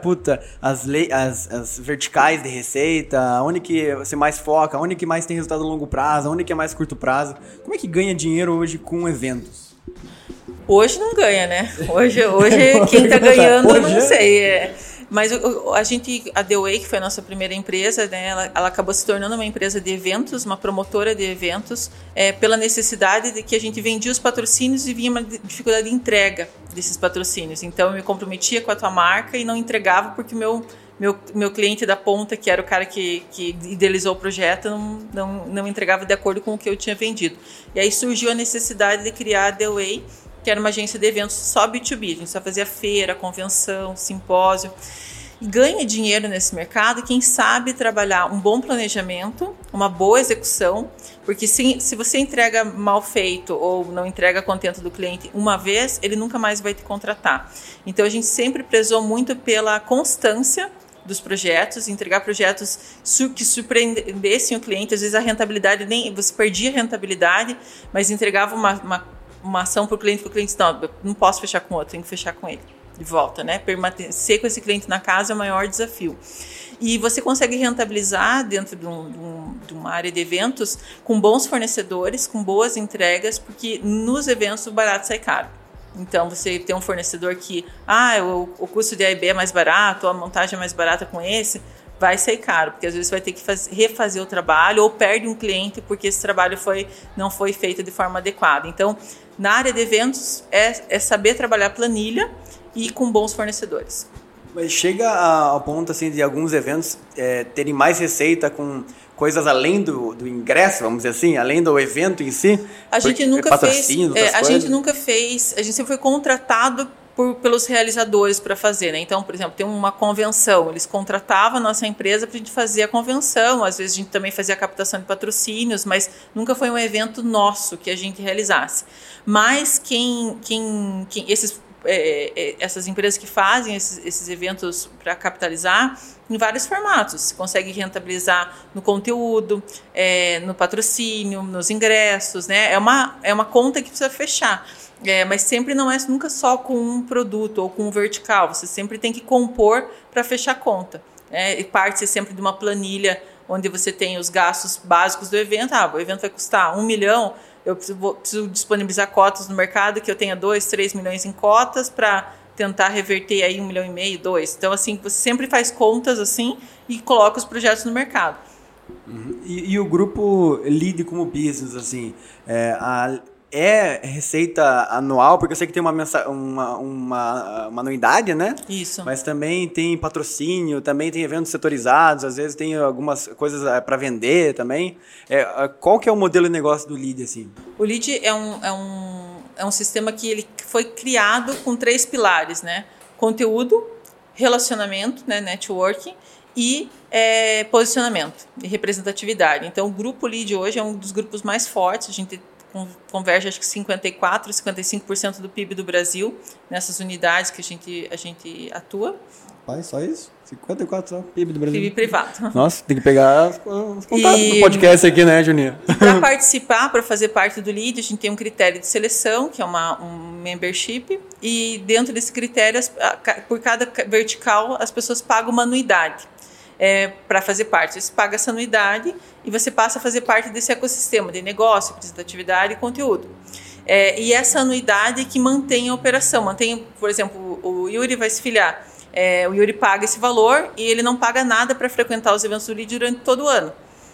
[SPEAKER 2] as verticais de receita? Onde que você mais foca? Onde que mais tem resultado a longo prazo? Onde que é mais curto prazo? Como é que ganha dinheiro hoje com eventos?
[SPEAKER 3] Hoje não ganha, né? Hoje quem está ganhando, eu não sei. Mas a The Way, que foi a nossa primeira empresa, né, ela acabou se tornando uma empresa de eventos, uma promotora de eventos, pela necessidade de que a gente vendia os patrocínios e vinha uma dificuldade de entrega desses patrocínios. Então, eu me comprometia com a tua marca e não entregava porque meu cliente da ponta, que era o cara que idealizou o projeto, não entregava de acordo com o que eu tinha vendido. E aí surgiu a necessidade de criar a The Way, que era uma agência de eventos só B2B. A gente só fazia feira, convenção, simpósio. E ganha dinheiro nesse mercado quem sabe trabalhar um bom planejamento, uma boa execução, porque se você entrega mal feito ou não entrega contento do cliente uma vez, ele nunca mais vai te contratar. Então a gente sempre prezou muito pela constância dos projetos, entregar projetos que surpreendessem o cliente. Às vezes a rentabilidade, você perdia a rentabilidade, mas entregava uma ação para o cliente disse, não posso fechar com outro, tenho que fechar com ele de volta, né? Permanecer com esse cliente na casa é o maior desafio. E você consegue rentabilizar dentro de uma área de eventos com bons fornecedores, com boas entregas, porque nos eventos o barato sai caro. Então, você tem um fornecedor que, o custo de A e B é mais barato, ou a montagem é mais barata com esse, vai sair caro, porque às vezes você vai ter que refazer o trabalho ou perde um cliente porque esse trabalho não foi feito de forma adequada. Então, na área de eventos, é saber trabalhar planilha e com bons fornecedores.
[SPEAKER 2] Mas chega ao ponto assim, de alguns eventos terem mais receita com coisas além do ingresso, vamos dizer assim, além do evento em si?
[SPEAKER 3] A gente nunca fez, a gente sempre foi contratado pelos realizadores para fazer, né? Então, por exemplo, tem uma convenção, eles contratavam a nossa empresa para a gente fazer a convenção, às vezes a gente também fazia a captação de patrocínios, mas nunca foi um evento nosso que a gente realizasse. Mas essas empresas que fazem esses eventos para capitalizar em vários formatos, você consegue rentabilizar no conteúdo, no patrocínio, nos ingressos, né? É uma conta que precisa fechar. Mas sempre nunca só com um produto ou com um vertical, você sempre tem que compor para fechar a conta. E parte sempre de uma planilha onde você tem os gastos básicos do evento. O evento vai custar 1 milhão, eu preciso disponibilizar cotas no mercado que eu tenha 2, 3 milhões em cotas para tentar reverter aí 1,5 milhão, 2. Então, assim, você sempre faz contas assim e coloca os projetos no mercado.
[SPEAKER 2] Uhum. E o grupo Lead como business, assim, receita anual, porque eu sei que tem uma anuidade, né?
[SPEAKER 3] Isso.
[SPEAKER 2] Mas também tem patrocínio, também tem eventos setorizados, às vezes tem algumas coisas para vender também. Qual que é o modelo de negócio do Lead, assim?
[SPEAKER 3] O Lead é um sistema que ele foi criado com 3 pilares, né? Conteúdo, relacionamento, né? Networking e posicionamento e representatividade. Então, o grupo Lead hoje é um dos grupos mais fortes. A gente converge acho que 54%, 55% do PIB do Brasil nessas unidades que a gente atua.
[SPEAKER 2] Pai, só isso? 54% só PIB do Brasil?
[SPEAKER 3] PIB privado.
[SPEAKER 2] Nossa, tem que pegar os contatos do podcast aqui, né, Juninho?
[SPEAKER 3] Para participar, para fazer parte do Lead, a gente tem um critério de seleção, que é um membership, e dentro desse critério, por cada vertical, as pessoas pagam uma anuidade. Para fazer parte. Você paga essa anuidade e você passa a fazer parte desse ecossistema de negócio, representatividade e conteúdo. E essa anuidade que mantém a operação, por exemplo, o Yuri vai se filiar. O Yuri paga esse valor e ele não paga nada para frequentar os eventos do Lead durante todo o ano.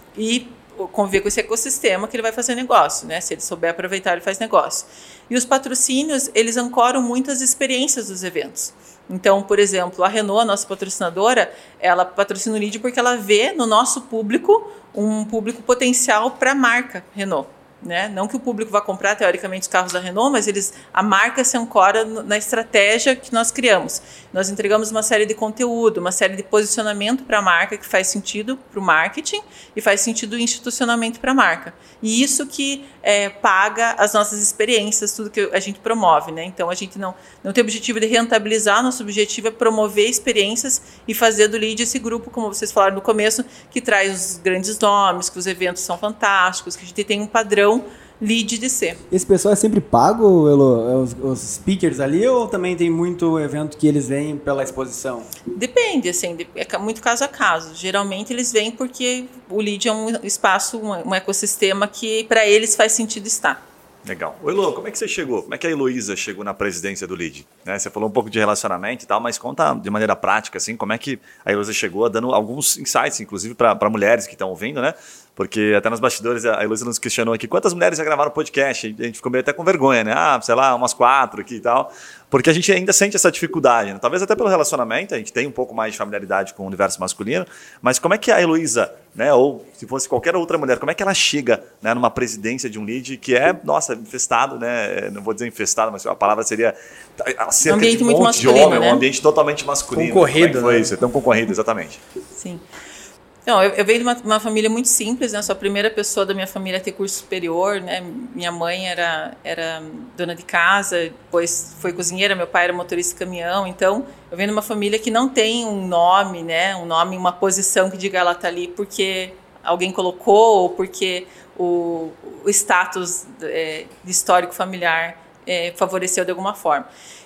[SPEAKER 3] E conviver com esse ecossistema que ele vai fazer negócio, né? Se ele souber aproveitar, ele faz negócio. E os patrocínios, eles ancoram muito as experiências dos eventos. Então, por exemplo, a Renault, a nossa patrocinadora, ela patrocina o Lead porque ela vê no nosso público um público potencial para a marca Renault. Né? Não que o público vá comprar, teoricamente, os carros da Renault, mas a marca se ancora na estratégia que nós criamos. Nós entregamos uma série de conteúdo, uma série de posicionamento para a marca que faz sentido para o marketing e faz sentido institucionalmente para a marca. E isso que paga as nossas experiências, tudo que a gente promove. Né? Então, a gente não tem o objetivo de rentabilizar, nosso objetivo é promover experiências e fazer do Lead esse grupo, como vocês falaram no começo, que traz os grandes nomes, que os eventos são fantásticos, que a gente tem um padrão Lead de ser.
[SPEAKER 2] Esse pessoal é sempre pago, Elo, os speakers ali, ou também tem muito evento que eles vêm pela exposição?
[SPEAKER 3] Depende, assim, é muito caso a caso. Geralmente eles vêm porque o Lead é um espaço, um ecossistema que para eles faz sentido estar.
[SPEAKER 1] Legal. Ô, Elo, como é que você chegou? Como é que a Heloísa chegou na presidência do Lead? Né? Você falou um pouco de relacionamento e tal, mas conta de maneira prática, assim, como é que a Heloísa chegou, dando alguns insights, inclusive para mulheres que estão ouvindo, né? Porque até nos bastidores a Heloísa nos questionou aqui quantas mulheres já gravaram podcast. A gente ficou meio até com vergonha, né? Sei lá, umas 4 aqui e tal. Porque a gente ainda sente essa dificuldade, né? Talvez até pelo relacionamento, a gente tem um pouco mais de familiaridade com o universo masculino, mas como é que a Heloísa, né, ou se fosse qualquer outra mulher, como é que ela chega, né, numa presidência de um Lead que é, nossa, infestado, né? Não vou dizer infestado, mas a palavra seria cerca
[SPEAKER 3] ambiente
[SPEAKER 1] de um
[SPEAKER 3] muito
[SPEAKER 1] monte de
[SPEAKER 3] masculino,
[SPEAKER 1] homem,
[SPEAKER 3] né?
[SPEAKER 1] um ambiente totalmente masculino.
[SPEAKER 2] Concorrido,
[SPEAKER 1] Como é que foi
[SPEAKER 2] né?
[SPEAKER 1] isso? Tão concorrido, exatamente.
[SPEAKER 3] Sim. Não, eu venho de uma família muito simples, né? Sou a primeira pessoa da minha família a ter curso superior, né? Minha mãe era dona de casa, depois foi cozinheira, meu pai era motorista de caminhão. Então, eu venho de uma família que não tem um nome, né? Um nome, uma posição que diga ela tá ali porque alguém colocou ou porque o status histórico familiar favoreceu de alguma forma.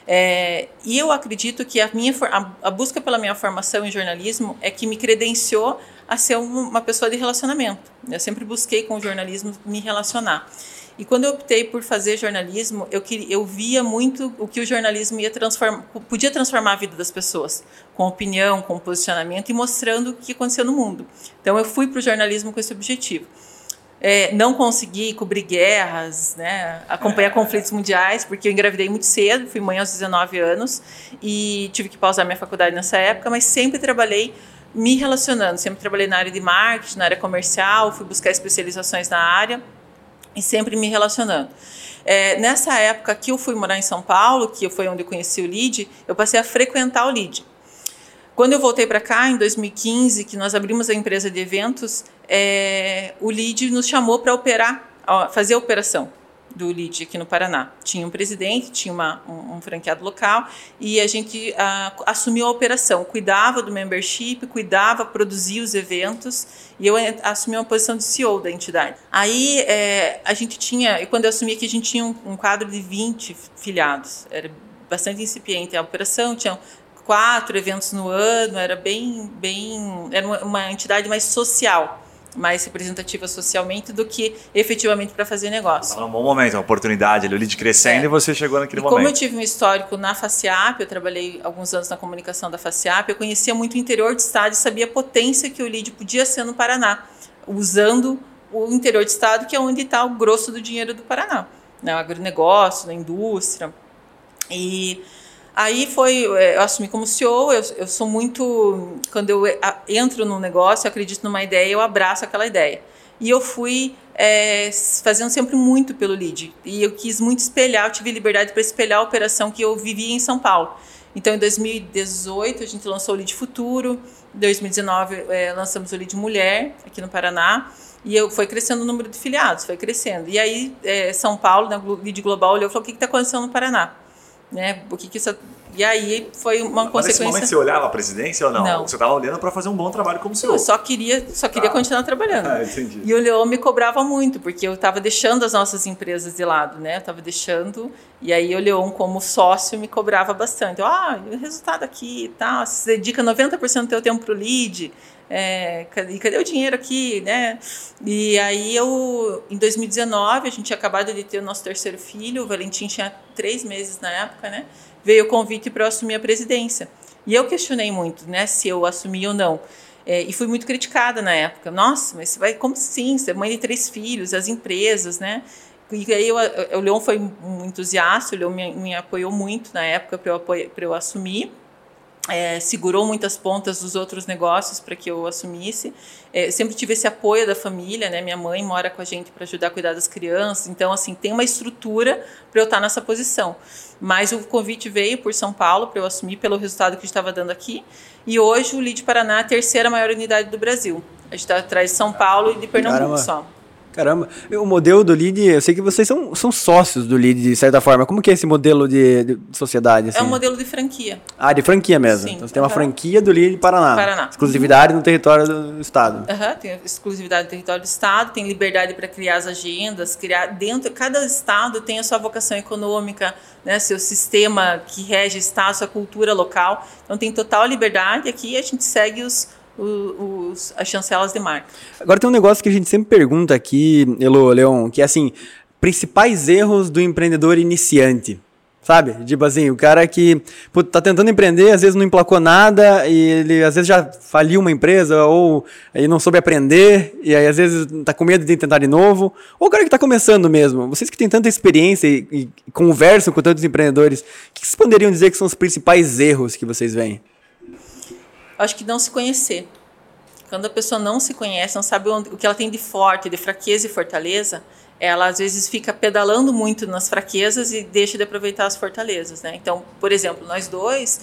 [SPEAKER 3] E eu acredito que a busca pela minha formação em jornalismo é que me credenciou a ser uma pessoa de relacionamento. Eu sempre busquei com o jornalismo me relacionar. E quando eu optei por fazer jornalismo, eu via muito o que o jornalismo podia transformar a vida das pessoas, com opinião, com posicionamento e mostrando o que acontecia no mundo. Então eu fui para o jornalismo com esse objetivo. Não consegui cobrir guerras, né, acompanhar conflitos mundiais, porque eu engravidei muito cedo, fui mãe aos 19 anos e tive que pausar minha faculdade nessa época, mas sempre trabalhei me relacionando, sempre trabalhei na área de marketing, na área comercial, fui buscar especializações na área e sempre me relacionando. Nessa época que eu fui morar em São Paulo, que foi onde eu conheci o Lead, eu passei a frequentar o Lead. Quando eu voltei para cá, em 2015, que nós abrimos a empresa de eventos, o Lead nos chamou para fazer a operação do Lead aqui no Paraná. Tinha um presidente, tinha um franqueado local e a gente assumiu a operação, cuidava do membership, produzia os eventos e eu assumi uma posição de CEO da entidade. Aí a gente tinha, e quando eu assumi aqui, a gente tinha um quadro de 20 filiados, era bastante incipiente a operação, tinha 4 eventos no ano, era era uma entidade mais social, mais representativa socialmente do que efetivamente para fazer negócio.
[SPEAKER 1] Estava num bom momento, uma oportunidade, o Lead crescendo e você chegou naquele momento.
[SPEAKER 3] Como eu tive um histórico na FACIAP, eu trabalhei alguns anos na comunicação da FACIAP, eu conhecia muito o interior do estado e sabia a potência que o Lead podia ser no Paraná, usando o interior do estado, que é onde está o grosso do dinheiro do Paraná, né? O agronegócio, na indústria. E aí eu assumi como CEO, eu sou muito, quando eu entro num negócio, eu acredito numa ideia, eu abraço aquela ideia. E eu fui fazendo sempre muito pelo Lead. E eu quis muito espelhar, eu tive liberdade para espelhar a operação que eu vivia em São Paulo. Então, em 2018, a gente lançou o Lead Futuro, em 2019, lançamos o Lead Mulher, aqui no Paraná, e foi crescendo o número de filiados, foi crescendo. E aí, São Paulo, na Lead Global, olhou e falou, o que está acontecendo no Paraná? Né? E aí foi uma consequência.
[SPEAKER 1] Nesse momento você olhava a presidência ou não?
[SPEAKER 3] Não.
[SPEAKER 1] Você estava olhando para fazer um bom trabalho como CEO.
[SPEAKER 3] Eu só queria continuar trabalhando.
[SPEAKER 1] Entendi.
[SPEAKER 3] E o Leon me cobrava muito, porque eu estava deixando as nossas empresas de lado, né? Eu estava deixando, e aí o Leon, como sócio, me cobrava bastante. O resultado aqui e tal, você dedica 90% do teu tempo para o Lead, Cadê o dinheiro aqui, né? E aí em 2019, a gente tinha acabado de ter o nosso terceiro filho, o Valentim tinha 3 meses na época, né? Veio o convite para eu assumir a presidência. E eu questionei muito, né, se eu assumi ou não. E fui muito criticada na época. Nossa, mas como assim? Você é mãe de 3 filhos, as empresas, né? E aí o Leon foi um entusiasta, o Leon me apoiou muito na época para eu assumir. Segurou muitas pontas dos outros negócios para que eu assumisse. Sempre tive esse apoio da família, né? Minha mãe mora com a gente para ajudar a cuidar das crianças. Então, assim, tem uma estrutura para eu estar nessa posição. Mas o convite veio por São Paulo para eu assumir pelo resultado que a gente estava dando aqui. E hoje o Lead Paraná é a 3ª maior unidade do Brasil. A gente está atrás de São Paulo e de Pernambuco só.
[SPEAKER 2] Caramba, o modelo do Lead, eu sei que vocês são sócios do Lead, de certa forma. Como que é esse modelo de sociedade? Assim?
[SPEAKER 3] É um modelo de franquia.
[SPEAKER 2] De franquia mesmo.
[SPEAKER 3] Sim,
[SPEAKER 2] então você tem uma franquia do Lead Paraná. Exclusividade no território do Estado.
[SPEAKER 3] Tem exclusividade no território do Estado, tem liberdade para criar as agendas, cada Estado tem a sua vocação econômica, né, seu sistema que rege o Estado, sua cultura local. Então tem total liberdade aqui e a gente segue as chancelas de marca.
[SPEAKER 2] Agora tem um negócio que a gente sempre pergunta aqui, Leon, que é assim, principais erros do empreendedor iniciante, sabe? Tipo assim, o cara que tá tentando empreender, às vezes não emplacou nada e ele às vezes já faliu uma empresa ou ele não soube aprender e aí às vezes tá com medo de tentar de novo, ou o cara que tá começando mesmo. Vocês que têm tanta experiência e conversam com tantos empreendedores, o que vocês poderiam dizer que são os principais erros que vocês veem?
[SPEAKER 3] Acho que não se conhecer. Quando a pessoa não se conhece, não sabe o que ela tem de forte, de fraqueza e fortaleza, ela às vezes fica pedalando muito nas fraquezas e deixa de aproveitar as fortalezas, né? Então, por exemplo, nós dois,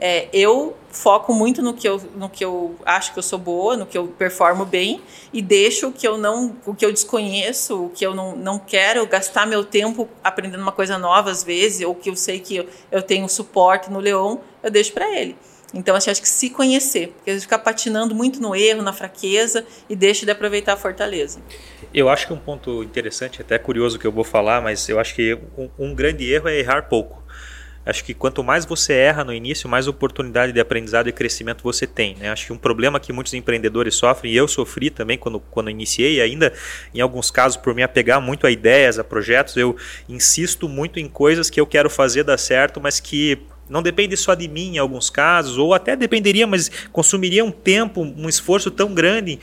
[SPEAKER 3] eu foco muito no que eu acho que eu sou boa, no que eu performo bem, e deixo o que eu desconheço, o que eu não quero gastar meu tempo aprendendo uma coisa nova às vezes, ou que eu sei que eu tenho suporte no Leon, eu deixo para ele. Então, acho que se conhecer, porque a gente fica patinando muito no erro, na fraqueza e deixa de aproveitar a fortaleza.
[SPEAKER 4] Eu acho que um ponto interessante, até curioso que eu vou falar, mas eu acho que um grande erro é errar pouco. Acho que quanto mais você erra no início, mais oportunidade de aprendizado e crescimento você tem, né? Acho que um problema que muitos empreendedores sofrem, e eu sofri também quando iniciei, e ainda em alguns casos por me apegar muito a ideias, a projetos, eu insisto muito em coisas que eu quero fazer dar certo, mas que não depende só de mim em alguns casos, ou até dependeria, mas consumiria um tempo, um esforço tão grande,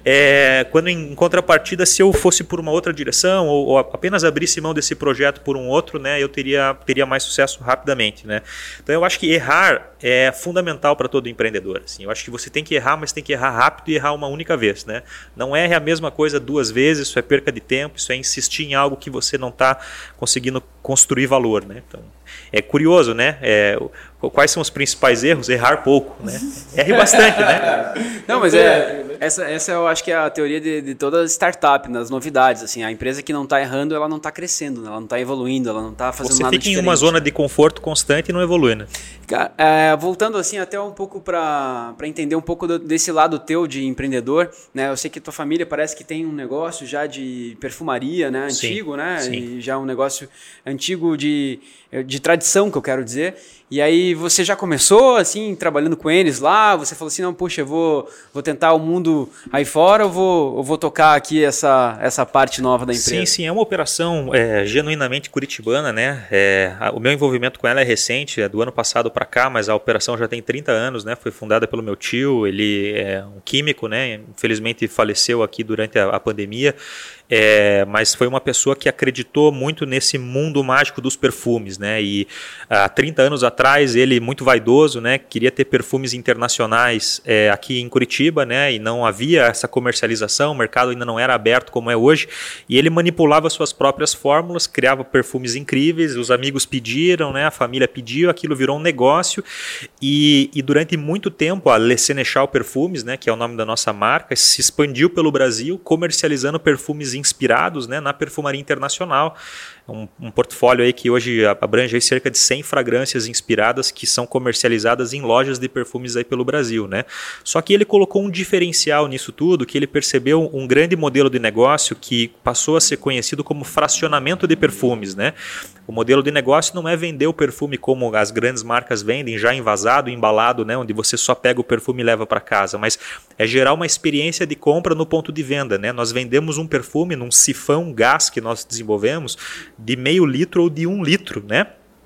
[SPEAKER 4] quando em contrapartida, se eu fosse por uma outra direção, ou apenas abrisse mão desse projeto por um outro, né, eu teria mais sucesso rapidamente, né? Então eu acho que errar é fundamental para todo empreendedor. Assim. Eu acho que você tem que errar, mas tem que errar rápido e errar uma única vez, né? Não erre a mesma coisa 2 vezes, isso é perca de tempo, isso é insistir em algo que você não está conseguindo construir valor, né? Então, é curioso, né? Quais são os principais erros? Errar pouco, né? Erre bastante, né?
[SPEAKER 5] Não, mas essa eu acho que é a teoria de toda startup, nas novidades. Assim, a empresa que não está errando, ela não está crescendo, né? Ela não está evoluindo, ela não está fazendo nada diferente.
[SPEAKER 4] Você fica em uma zona de conforto constante e não evolui, né?
[SPEAKER 5] Voltando assim até um pouco para entender um pouco desse lado teu de empreendedor, né? Eu sei que tua família parece que tem um negócio já de perfumaria, né? Antigo, sim, né? Sim. E já um negócio antigo de tradição, que eu quero dizer. E aí você já começou, assim, trabalhando com eles lá? Você falou assim, não, puxa, eu vou tentar o mundo aí fora ou vou tocar aqui essa parte nova da empresa?
[SPEAKER 4] Sim, é uma operação genuinamente curitibana, né? O meu envolvimento com ela é recente, é do ano passado para cá, mas a operação já tem 30 anos, né? Foi fundada pelo meu tio, ele é um químico, né? Infelizmente faleceu aqui durante a pandemia. Mas foi uma pessoa que acreditou muito nesse mundo mágico dos perfumes, né? E há 30 anos atrás ele, muito vaidoso, né, queria ter perfumes internacionais aqui em Curitiba, né? E não havia essa comercialização, o mercado ainda não era aberto como é hoje, e ele manipulava suas próprias fórmulas, criava perfumes incríveis, os amigos pediram, né? A família pediu, aquilo virou um negócio, e durante muito tempo a Le Sénéchal Perfumes, né, que é o nome da nossa marca, se expandiu pelo Brasil, comercializando perfumes inspirados, né, na perfumaria internacional. um portfólio aí que hoje abrange aí cerca de 100 fragrâncias inspiradas que são comercializadas em lojas de perfumes aí pelo Brasil, né? Só que ele colocou um diferencial nisso tudo, que ele percebeu um grande modelo de negócio que passou a ser conhecido como fracionamento de perfumes, né? O modelo de negócio não é vender o perfume como as grandes marcas vendem, já envasado, embalado, né? Onde você só pega o perfume e leva para casa, mas é gerar uma experiência de compra no ponto de venda, né? Nós vendemos um perfume num sifão gás que nós desenvolvemos de meio litro ou de 1 litro, né?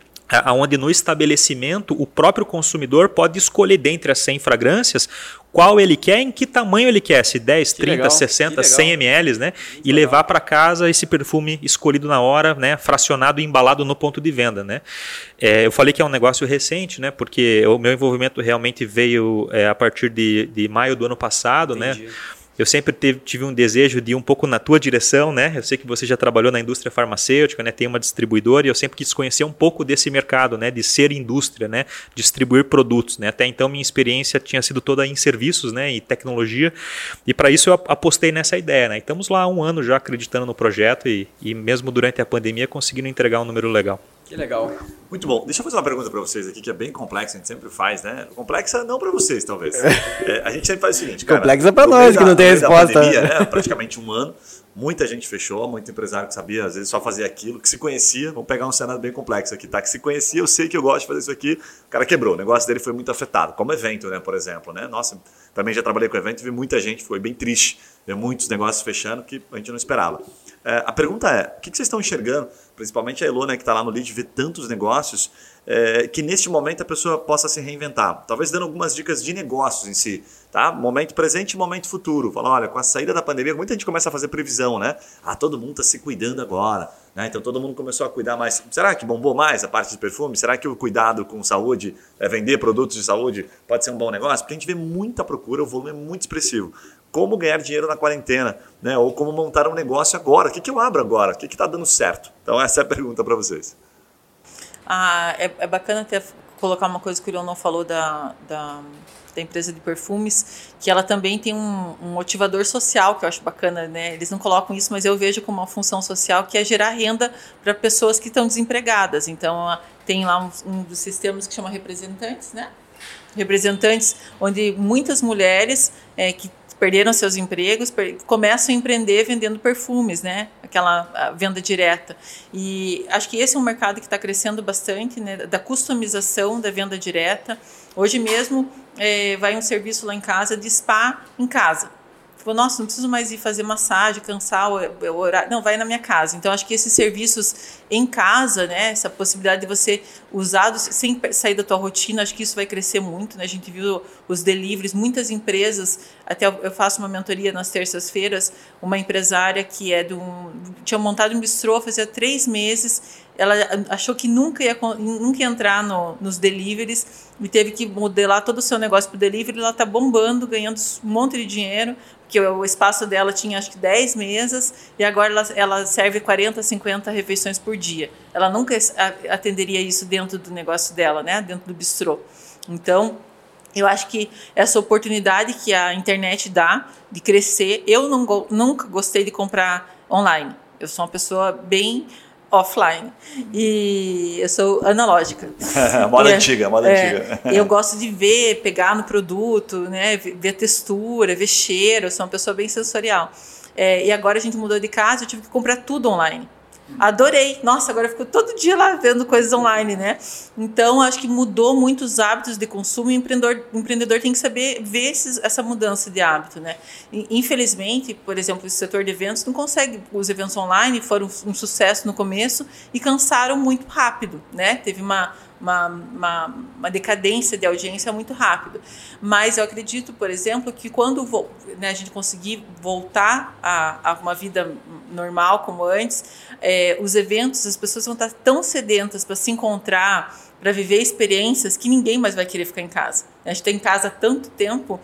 [SPEAKER 4] Onde no estabelecimento o próprio consumidor pode escolher dentre as 100 fragrâncias qual ele quer, em que tamanho ele quer, se 10, 30,
[SPEAKER 5] legal,
[SPEAKER 4] 60, 100 ml, né? E levar para casa esse perfume escolhido na hora, né? Fracionado e embalado no ponto de venda, né? Eu falei que é um negócio recente, né? Porque o meu envolvimento realmente veio a partir de maio do ano passado,
[SPEAKER 5] Entendi.
[SPEAKER 4] né? Eu sempre tive um desejo de ir um pouco na tua direção, né? Eu sei que você já trabalhou na indústria farmacêutica, né? Tem uma distribuidora e eu sempre quis conhecer um pouco desse mercado, né? De ser indústria, né? Distribuir produtos, né? Até então minha experiência tinha sido toda em serviços, né? E tecnologia. E para isso eu apostei nessa ideia, né? E estamos lá há 1 ano já acreditando no projeto e mesmo durante a pandemia conseguindo entregar um número legal.
[SPEAKER 5] Que legal.
[SPEAKER 1] Muito bom. Deixa eu fazer uma pergunta para vocês aqui, que é bem complexa, a gente sempre faz, né? Complexa não para vocês, talvez. A gente sempre faz o seguinte, cara.
[SPEAKER 2] Complexa para nós, que não tem resposta.
[SPEAKER 1] Pandemia, né? Praticamente 1 ano. Muita gente fechou, muito empresário que sabia, às vezes só fazia aquilo, que se conhecia. Vamos pegar um cenário bem complexo aqui, tá? Que se conhecia, eu sei que eu gosto de fazer isso aqui. O cara quebrou, o negócio dele foi muito afetado. Como evento, né? Por exemplo, né? Nossa, também já trabalhei com evento e vi muita gente, foi bem triste. Ver muitos negócios fechando que a gente não esperava. A pergunta é, o que vocês estão enxergando, principalmente a Elo, né, que está lá no lead, vê tantos negócios, que neste momento a pessoa possa se reinventar. Talvez dando algumas dicas de negócios em si, tá? Momento presente e momento futuro. Fala, olha, com a saída da pandemia, muita gente começa a fazer previsão, né? Todo mundo está se cuidando agora, né? Então todo mundo começou a cuidar mais. Será que bombou mais a parte de perfume? Será que o cuidado com saúde, vender produtos de saúde, pode ser um bom negócio? Porque a gente vê muita procura, o volume é muito expressivo. Como ganhar dinheiro na quarentena, né? Ou como montar um negócio agora. O que eu abro agora? O que está dando certo? Então essa é a pergunta para vocês.
[SPEAKER 3] É bacana até colocar uma coisa que o Leon não falou da empresa de perfumes, que ela também tem um motivador social, que eu acho bacana, né? Eles não colocam isso, mas eu vejo como uma função social, que é gerar renda para pessoas que estão desempregadas. Então, tem lá um dos sistemas que chama representantes, né? Representantes, onde muitas mulheres que perderam seus empregos, começam a empreender vendendo perfumes, né? Aquela venda direta. E acho que esse é um mercado que está crescendo bastante, né? Da customização da venda direta. Hoje mesmo vai um serviço lá em casa de spa em casa. Nossa, não preciso mais ir fazer massagem, cansar o horário. Não, vai na minha casa. Então, acho que esses serviços em casa, né, essa possibilidade de você usar sem sair da tua rotina, acho que isso vai crescer muito, né? A gente viu os deliveries, muitas empresas, até eu faço uma mentoria nas terças-feiras, uma empresária que tinha montado um bistrô fazia 3 meses, ela achou que nunca ia entrar nos deliveries e teve que modelar todo o seu negócio para o delivery. Ela está bombando, ganhando um monte de dinheiro, porque o espaço dela tinha acho que 10 mesas e agora ela serve 40, 50 refeições por dia. Ela nunca atenderia isso dentro do negócio dela, né? Dentro do bistrô. Então, eu acho que essa oportunidade que a internet dá de crescer, eu nunca gostei de comprar online. Eu sou uma pessoa bem offline e eu sou analógica.
[SPEAKER 1] moda antiga.
[SPEAKER 3] Eu gosto de pegar no produto, né, ver a textura, ver cheiro. Eu sou uma pessoa bem sensorial. E agora a gente mudou de casa, eu tive que comprar tudo online. Adorei. Nossa, agora eu fico todo dia lá vendo coisas online, né? Então, acho que mudou muito os hábitos de consumo e o empreendedor tem que saber ver essa mudança de hábito, né? Infelizmente, por exemplo, o setor de eventos não consegue. Os eventos online foram um sucesso no começo e cansaram muito rápido, né? Teve uma decadência de audiência muito rápido. Mas eu acredito, por exemplo, que quando a gente conseguir voltar a uma vida normal como antes, os eventos, as pessoas vão estar tão sedentas para se encontrar, para viver experiências, que ninguém mais vai querer ficar em casa. A gente está em casa há tanto tempo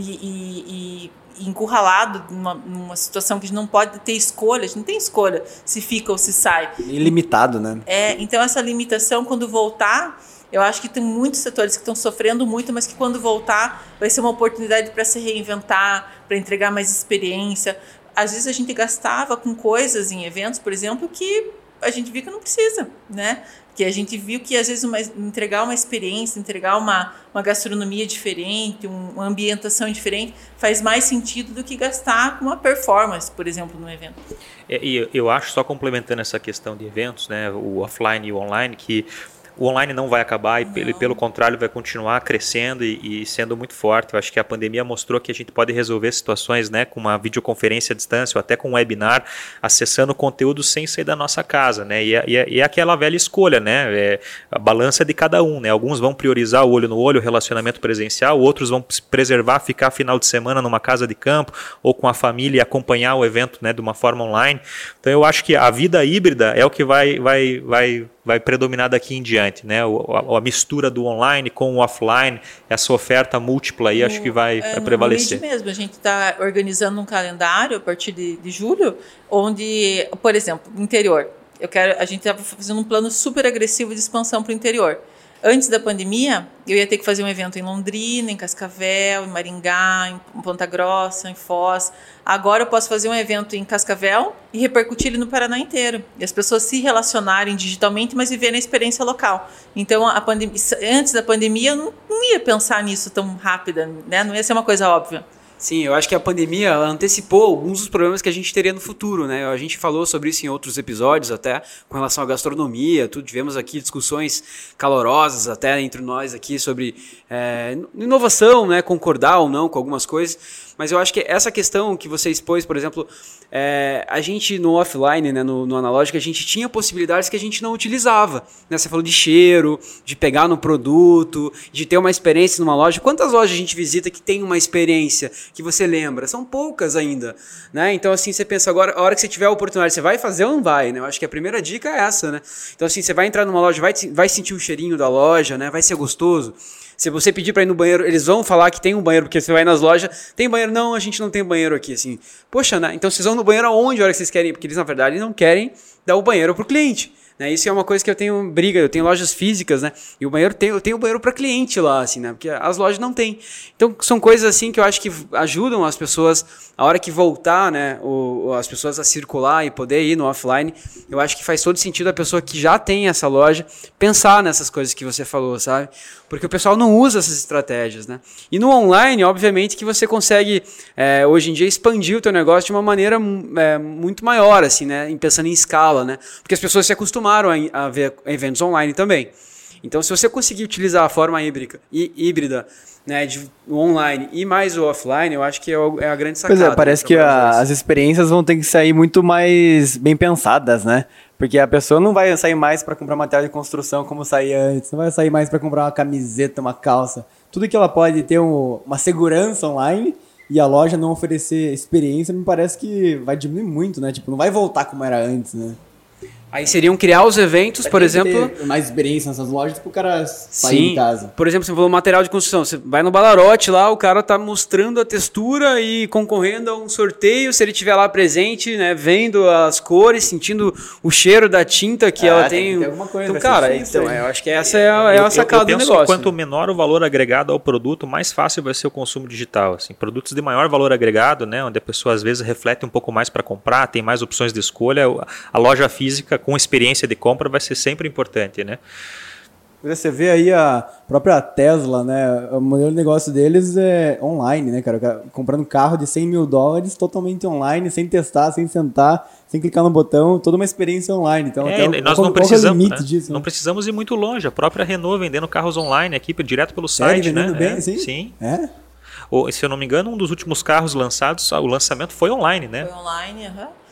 [SPEAKER 3] e encurralado numa situação que a gente não pode ter escolha, a gente não tem escolha se fica ou se sai.
[SPEAKER 2] Ilimitado, né?
[SPEAKER 3] Então essa limitação, quando voltar, eu acho que tem muitos setores que estão sofrendo muito, mas que quando voltar vai ser uma oportunidade para se reinventar, para entregar mais experiência. Às vezes a gente gastava com coisas em eventos, por exemplo, que a gente viu que não precisa, né? Que a gente viu que, às vezes, entregar uma experiência, entregar uma gastronomia diferente, uma ambientação diferente, faz mais sentido do que gastar com uma performance, por exemplo, num evento.
[SPEAKER 4] E eu acho, só complementando essa questão de eventos, né, o offline e o online, que o online não vai acabar e, pelo contrário, vai continuar crescendo e sendo muito forte. Eu acho que a pandemia mostrou que a gente pode resolver situações, né, com uma videoconferência à distância ou até com um webinar, acessando conteúdo sem sair da nossa casa, né? E é aquela velha escolha, né? A balança de cada um, né? Alguns vão priorizar o olho no olho, o relacionamento presencial, outros vão preservar, ficar final de semana numa casa de campo ou com a família e acompanhar o evento, né, de uma forma online. Então eu acho que a vida híbrida é o que vai predominar daqui em diante, né? A mistura do online com o offline, essa oferta múltipla aí, acho que vai prevalecer.
[SPEAKER 3] No mesmo, a gente está organizando um calendário a partir de julho, onde, por exemplo, no interior, a gente estava fazendo um plano super agressivo de expansão para o interior. Antes da pandemia, eu ia ter que fazer um evento em Londrina, em Cascavel, em Maringá, em Ponta Grossa, em Foz. Agora eu posso fazer um evento em Cascavel e repercutir ele no Paraná inteiro. E as pessoas se relacionarem digitalmente, mas viverem a experiência local. Então, antes da pandemia, eu não ia pensar nisso tão rápida, né? Não ia ser uma coisa óbvia.
[SPEAKER 5] Sim, eu acho que a pandemia ela antecipou alguns dos problemas que a gente teria no futuro, né? A gente falou sobre isso em outros episódios até, com relação à gastronomia, tivemos aqui discussões calorosas até entre nós aqui sobre inovação, né? Concordar ou não com algumas coisas, mas eu acho que essa questão que você expôs, por exemplo, a gente no offline, né, no analógico, a gente tinha possibilidades que a gente não utilizava, né? Você falou de cheiro, de pegar no produto, de ter uma experiência numa loja. Quantas lojas a gente visita que tem uma experiência que você lembra? São poucas ainda, né? Então, assim, você pensa agora, a hora que você tiver a oportunidade, você vai fazer ou não vai, né? Eu acho que a primeira dica é essa, né? Então, assim, você vai entrar numa loja, vai sentir o cheirinho da loja, né? Vai ser gostoso. Se você pedir para ir no banheiro, eles vão falar que tem um banheiro, porque você vai nas lojas, tem banheiro? Não, a gente não tem banheiro aqui, assim. Poxa, né? Então vocês vão no banheiro aonde a hora que vocês querem ir? Porque eles, na verdade, não querem dar o banheiro pro cliente. Né? Isso é uma coisa que eu tenho briga, eu tenho lojas físicas, né? E o banheiro eu tenho o banheiro para cliente lá, assim, né? Porque as lojas não têm. Então são coisas assim que eu acho que ajudam as pessoas, a hora que voltar, né? As pessoas a circular e poder ir no offline, eu acho que faz todo sentido a pessoa que já tem essa loja pensar nessas coisas que você falou, sabe? Porque o pessoal não usa essas estratégias, né? E no online, obviamente, que você consegue, hoje em dia, expandir o teu negócio de uma maneira muito maior, assim, né? Pensando em escala, né? Porque as pessoas se acostumaram a ver eventos online também. Então, se você conseguir utilizar a forma híbrida, né, de online e mais o offline, eu acho que é a grande sacada.
[SPEAKER 2] Pois é, parece que as experiências vão ter que sair muito mais bem pensadas, né? Porque a pessoa não vai sair mais para comprar material de construção como saía antes, não vai sair mais para comprar uma camiseta, uma calça. Tudo que ela pode ter uma segurança online e a loja não oferecer experiência, me parece que vai diminuir muito, né? Tipo, não vai voltar como era antes, né?
[SPEAKER 5] Aí seriam criar os eventos, por exemplo...
[SPEAKER 2] Ter mais experiência nessas lojas pro cara sair de casa.
[SPEAKER 5] Por exemplo, você falou material de construção. Você vai no Balarote lá, o cara tá mostrando a textura e concorrendo a um sorteio. Se ele estiver lá presente, né, vendo as cores, sentindo o cheiro da tinta que ela tem.
[SPEAKER 2] Tem alguma coisa.
[SPEAKER 5] Então, cara, eu acho que essa é a sacada do negócio.
[SPEAKER 4] Quanto menor o valor agregado ao produto, mais fácil vai ser o consumo digital. Assim, produtos de maior valor agregado, né, onde a pessoa às vezes reflete um pouco mais para comprar, tem mais opções de escolha, a loja física com experiência de compra vai ser sempre importante, né?
[SPEAKER 2] Você vê aí a própria Tesla, né? O modelo de negócio deles é online, né, cara? Comprando um carro de $100 mil totalmente online, sem testar, sem sentar, sem clicar no botão, toda uma experiência online. Então,
[SPEAKER 4] nós não precisamos, né?
[SPEAKER 2] Disso,
[SPEAKER 4] não precisamos ir muito longe. A própria Renault vendendo carros online aqui, direto pelo site, né?
[SPEAKER 2] Vendendo bem, sim?
[SPEAKER 4] Sim.
[SPEAKER 2] É?
[SPEAKER 4] Se eu não me engano, um dos últimos carros lançados, o lançamento foi online, né?
[SPEAKER 3] Foi online,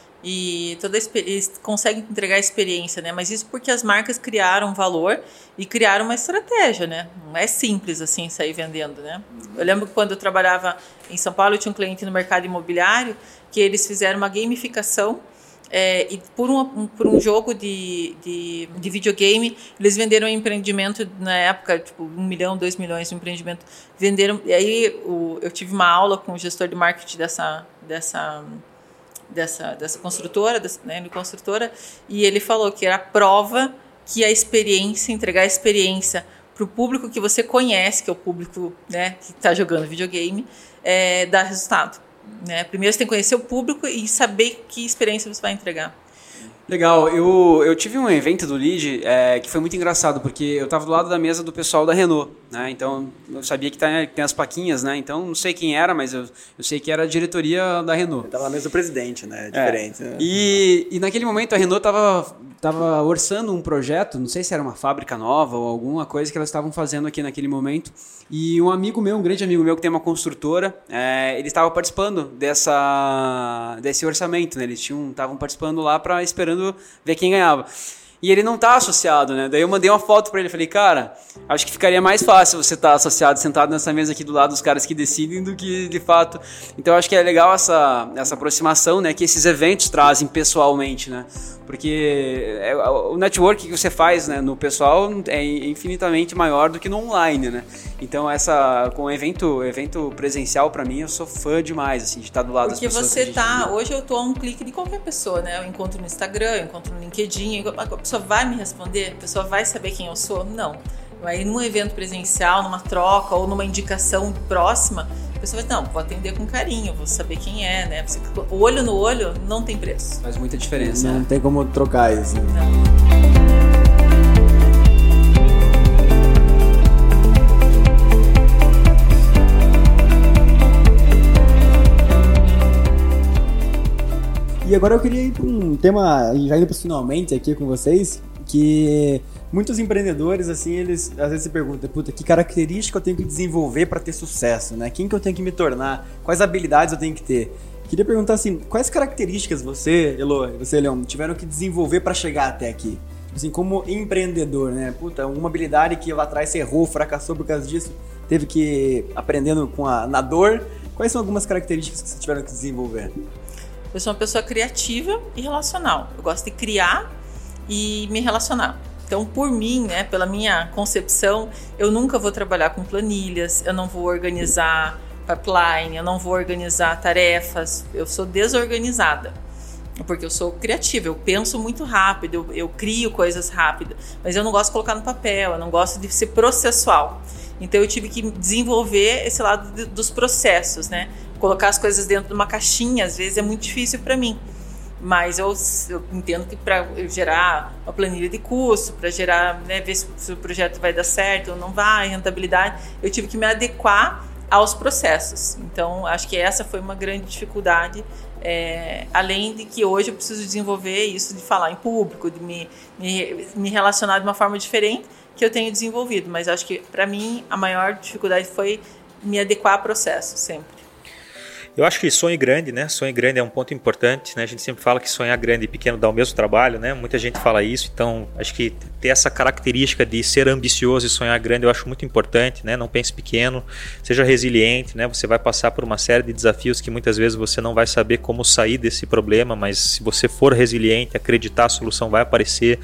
[SPEAKER 3] E eles conseguem entregar a experiência, né? Mas isso porque as marcas criaram valor e criaram uma estratégia, né? Não é simples assim sair vendendo, né? Eu lembro que quando eu trabalhava em São Paulo, eu tinha um cliente no mercado imobiliário que eles fizeram uma gamificação e por um jogo de videogame, eles venderam um empreendimento na época, tipo 1 milhão, 2 milhões de empreendimento. Venderam, e aí eu tive uma aula com o gestor de marketing dessa construtora, construtora, e ele falou que era a prova que entregar a experiência para o público que você conhece, que é o público, né, que está jogando videogame, dá resultado. Né? Primeiro você tem que conhecer o público e saber que experiência você vai entregar.
[SPEAKER 5] Legal, eu tive um evento do Lead que foi muito engraçado, porque eu estava do lado da mesa do pessoal da Renault, né? Então eu sabia que tem as plaquinhas, né? Então não sei quem era, mas eu sei que era a diretoria da Renault.
[SPEAKER 2] Estava na mesa do presidente, né? Diferente. Né?
[SPEAKER 5] E naquele momento a Renault estava orçando um projeto, não sei se era uma fábrica nova ou alguma coisa que elas estavam fazendo aqui naquele momento. E um grande amigo meu que tem uma construtora, ele estava participando desse orçamento, né? Eles estavam participando lá esperando ver quem ganhava. E ele não tá associado, né? Daí eu mandei uma foto para ele, falei, cara, acho que ficaria mais fácil você estar associado, sentado nessa mesa aqui do lado dos caras que decidem do que de fato. Então eu acho que é legal essa aproximação, né? Que esses eventos trazem pessoalmente, né? Porque o network que você faz, né, no pessoal é infinitamente maior do que no online, né? Então com o evento presencial, para mim, eu sou fã demais, assim, de estar do lado das pessoas.
[SPEAKER 3] Porque hoje eu tô a um clique de qualquer pessoa, né? Eu encontro no Instagram, eu encontro no LinkedIn, a pessoa vai me responder? A pessoa vai saber quem eu sou? Não. Aí num evento presencial, numa troca ou numa indicação próxima, a pessoa vai, não, vou atender com carinho, vou saber quem é, né? O olho no olho não tem preço.
[SPEAKER 5] Faz muita diferença.
[SPEAKER 2] Não tem como trocar isso.
[SPEAKER 3] Não.
[SPEAKER 2] E agora eu queria ir para um tema, já indo para os finalmente aqui com vocês, que muitos empreendedores, assim, eles às vezes se perguntam, puta, que característica eu tenho que desenvolver para ter sucesso, né? Quem que eu tenho que me tornar? Quais habilidades eu tenho que ter? Queria perguntar assim, quais características você, Elo, e você, Leon, tiveram que desenvolver para chegar até aqui? Assim, como empreendedor, né? Puta, uma habilidade que lá atrás você errou, fracassou por causa disso, teve que ir aprendendo na dor. Quais são algumas características que vocês tiveram que desenvolver?
[SPEAKER 3] Eu sou uma pessoa criativa e relacional. Eu gosto de criar e me relacionar. Então, por mim, né, pela minha concepção, eu nunca vou trabalhar com planilhas, eu não vou organizar pipeline, eu não vou organizar tarefas, eu sou desorganizada. Porque eu sou criativa, eu penso muito rápido, eu crio coisas rápidas, mas eu não gosto de colocar no papel, eu não gosto de ser processual. Então eu tive que desenvolver esse lado dos processos, né? Colocar as coisas dentro de uma caixinha, às vezes é muito difícil para mim. Mas eu entendo que para gerar uma planilha de custo, para gerar, né, ver se o projeto vai dar certo ou não vai, rentabilidade, eu tive que me adequar aos processos. Então, acho que essa foi uma grande dificuldade, além de que hoje eu preciso desenvolver isso de falar em público, de me relacionar de uma forma diferente que eu tenho desenvolvido. Mas acho que, para mim, a maior dificuldade foi me adequar a processos, sempre.
[SPEAKER 4] Eu acho que sonho grande, né? Sonho grande é um ponto importante, né? A gente sempre fala que sonhar grande e pequeno dá o mesmo trabalho, né? Muita gente fala isso, então acho que ter essa característica de ser ambicioso e sonhar grande eu acho muito importante, né? Não pense pequeno, seja resiliente, né? Você vai passar por uma série de desafios que muitas vezes você não vai saber como sair desse problema, mas se você for resiliente, acreditar, a solução vai aparecer.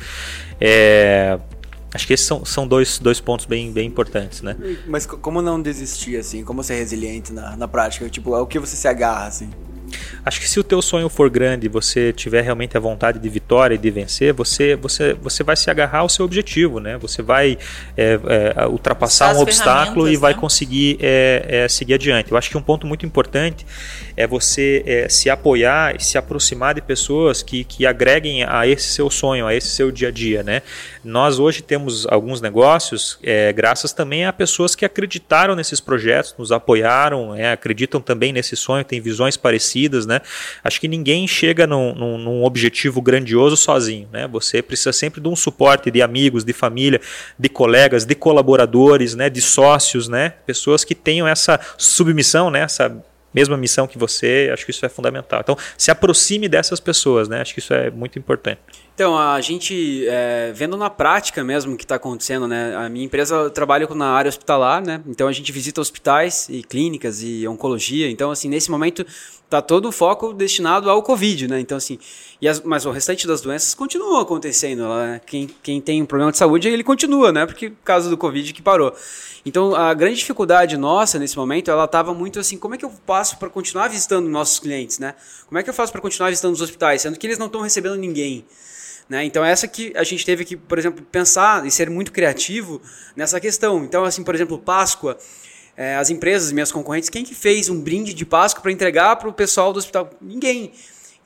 [SPEAKER 4] Acho que esses são dois pontos bem importantes, né?
[SPEAKER 2] Mas como não desistir, assim? Como ser resiliente na prática? Tipo, ao que você se agarra, assim?
[SPEAKER 4] Acho que se o teu sonho for grande e você tiver realmente a vontade de vitória e de vencer, você vai se agarrar ao seu objetivo, né? Você vai ultrapassar um obstáculo e vai conseguir seguir adiante. Eu acho que um ponto muito importante é você se apoiar e se aproximar de pessoas que agreguem a esse seu sonho, a esse seu dia a dia, né? Nós hoje temos alguns negócios graças também a pessoas que acreditaram nesses projetos, nos apoiaram, acreditam também nesse sonho, têm visões parecidas, né? Acho que ninguém chega num objetivo grandioso sozinho, né? Você precisa sempre de um suporte de amigos, de família, de colegas, de colaboradores, né? De sócios, né? Pessoas que tenham essa submissão, né? Essa mesma missão que você, acho que isso é fundamental. Então, se aproxime dessas pessoas, né? Acho que isso é muito importante.
[SPEAKER 5] Então, a gente, vendo na prática mesmo o que está acontecendo, né? A minha empresa trabalha na área hospitalar, né? Então, a gente visita hospitais e clínicas e oncologia. Então, assim, nesse momento, está todo o foco destinado ao Covid, né? Então, assim, mas o restante das doenças continuam acontecendo. Né? Quem tem um problema de saúde, ele continua, né? Porque por causa do Covid que parou. Então, a grande dificuldade nossa nesse momento, ela estava muito assim, como é que eu faço para continuar visitando nossos clientes, né? Como é que eu faço para continuar visitando os hospitais, sendo que eles não estão recebendo ninguém? Né? Então, essa que a gente teve que, por exemplo, pensar e ser muito criativo nessa questão. Então, assim, por exemplo, Páscoa, as empresas, minhas concorrentes, quem que fez um brinde de Páscoa para entregar para o pessoal do hospital? Ninguém.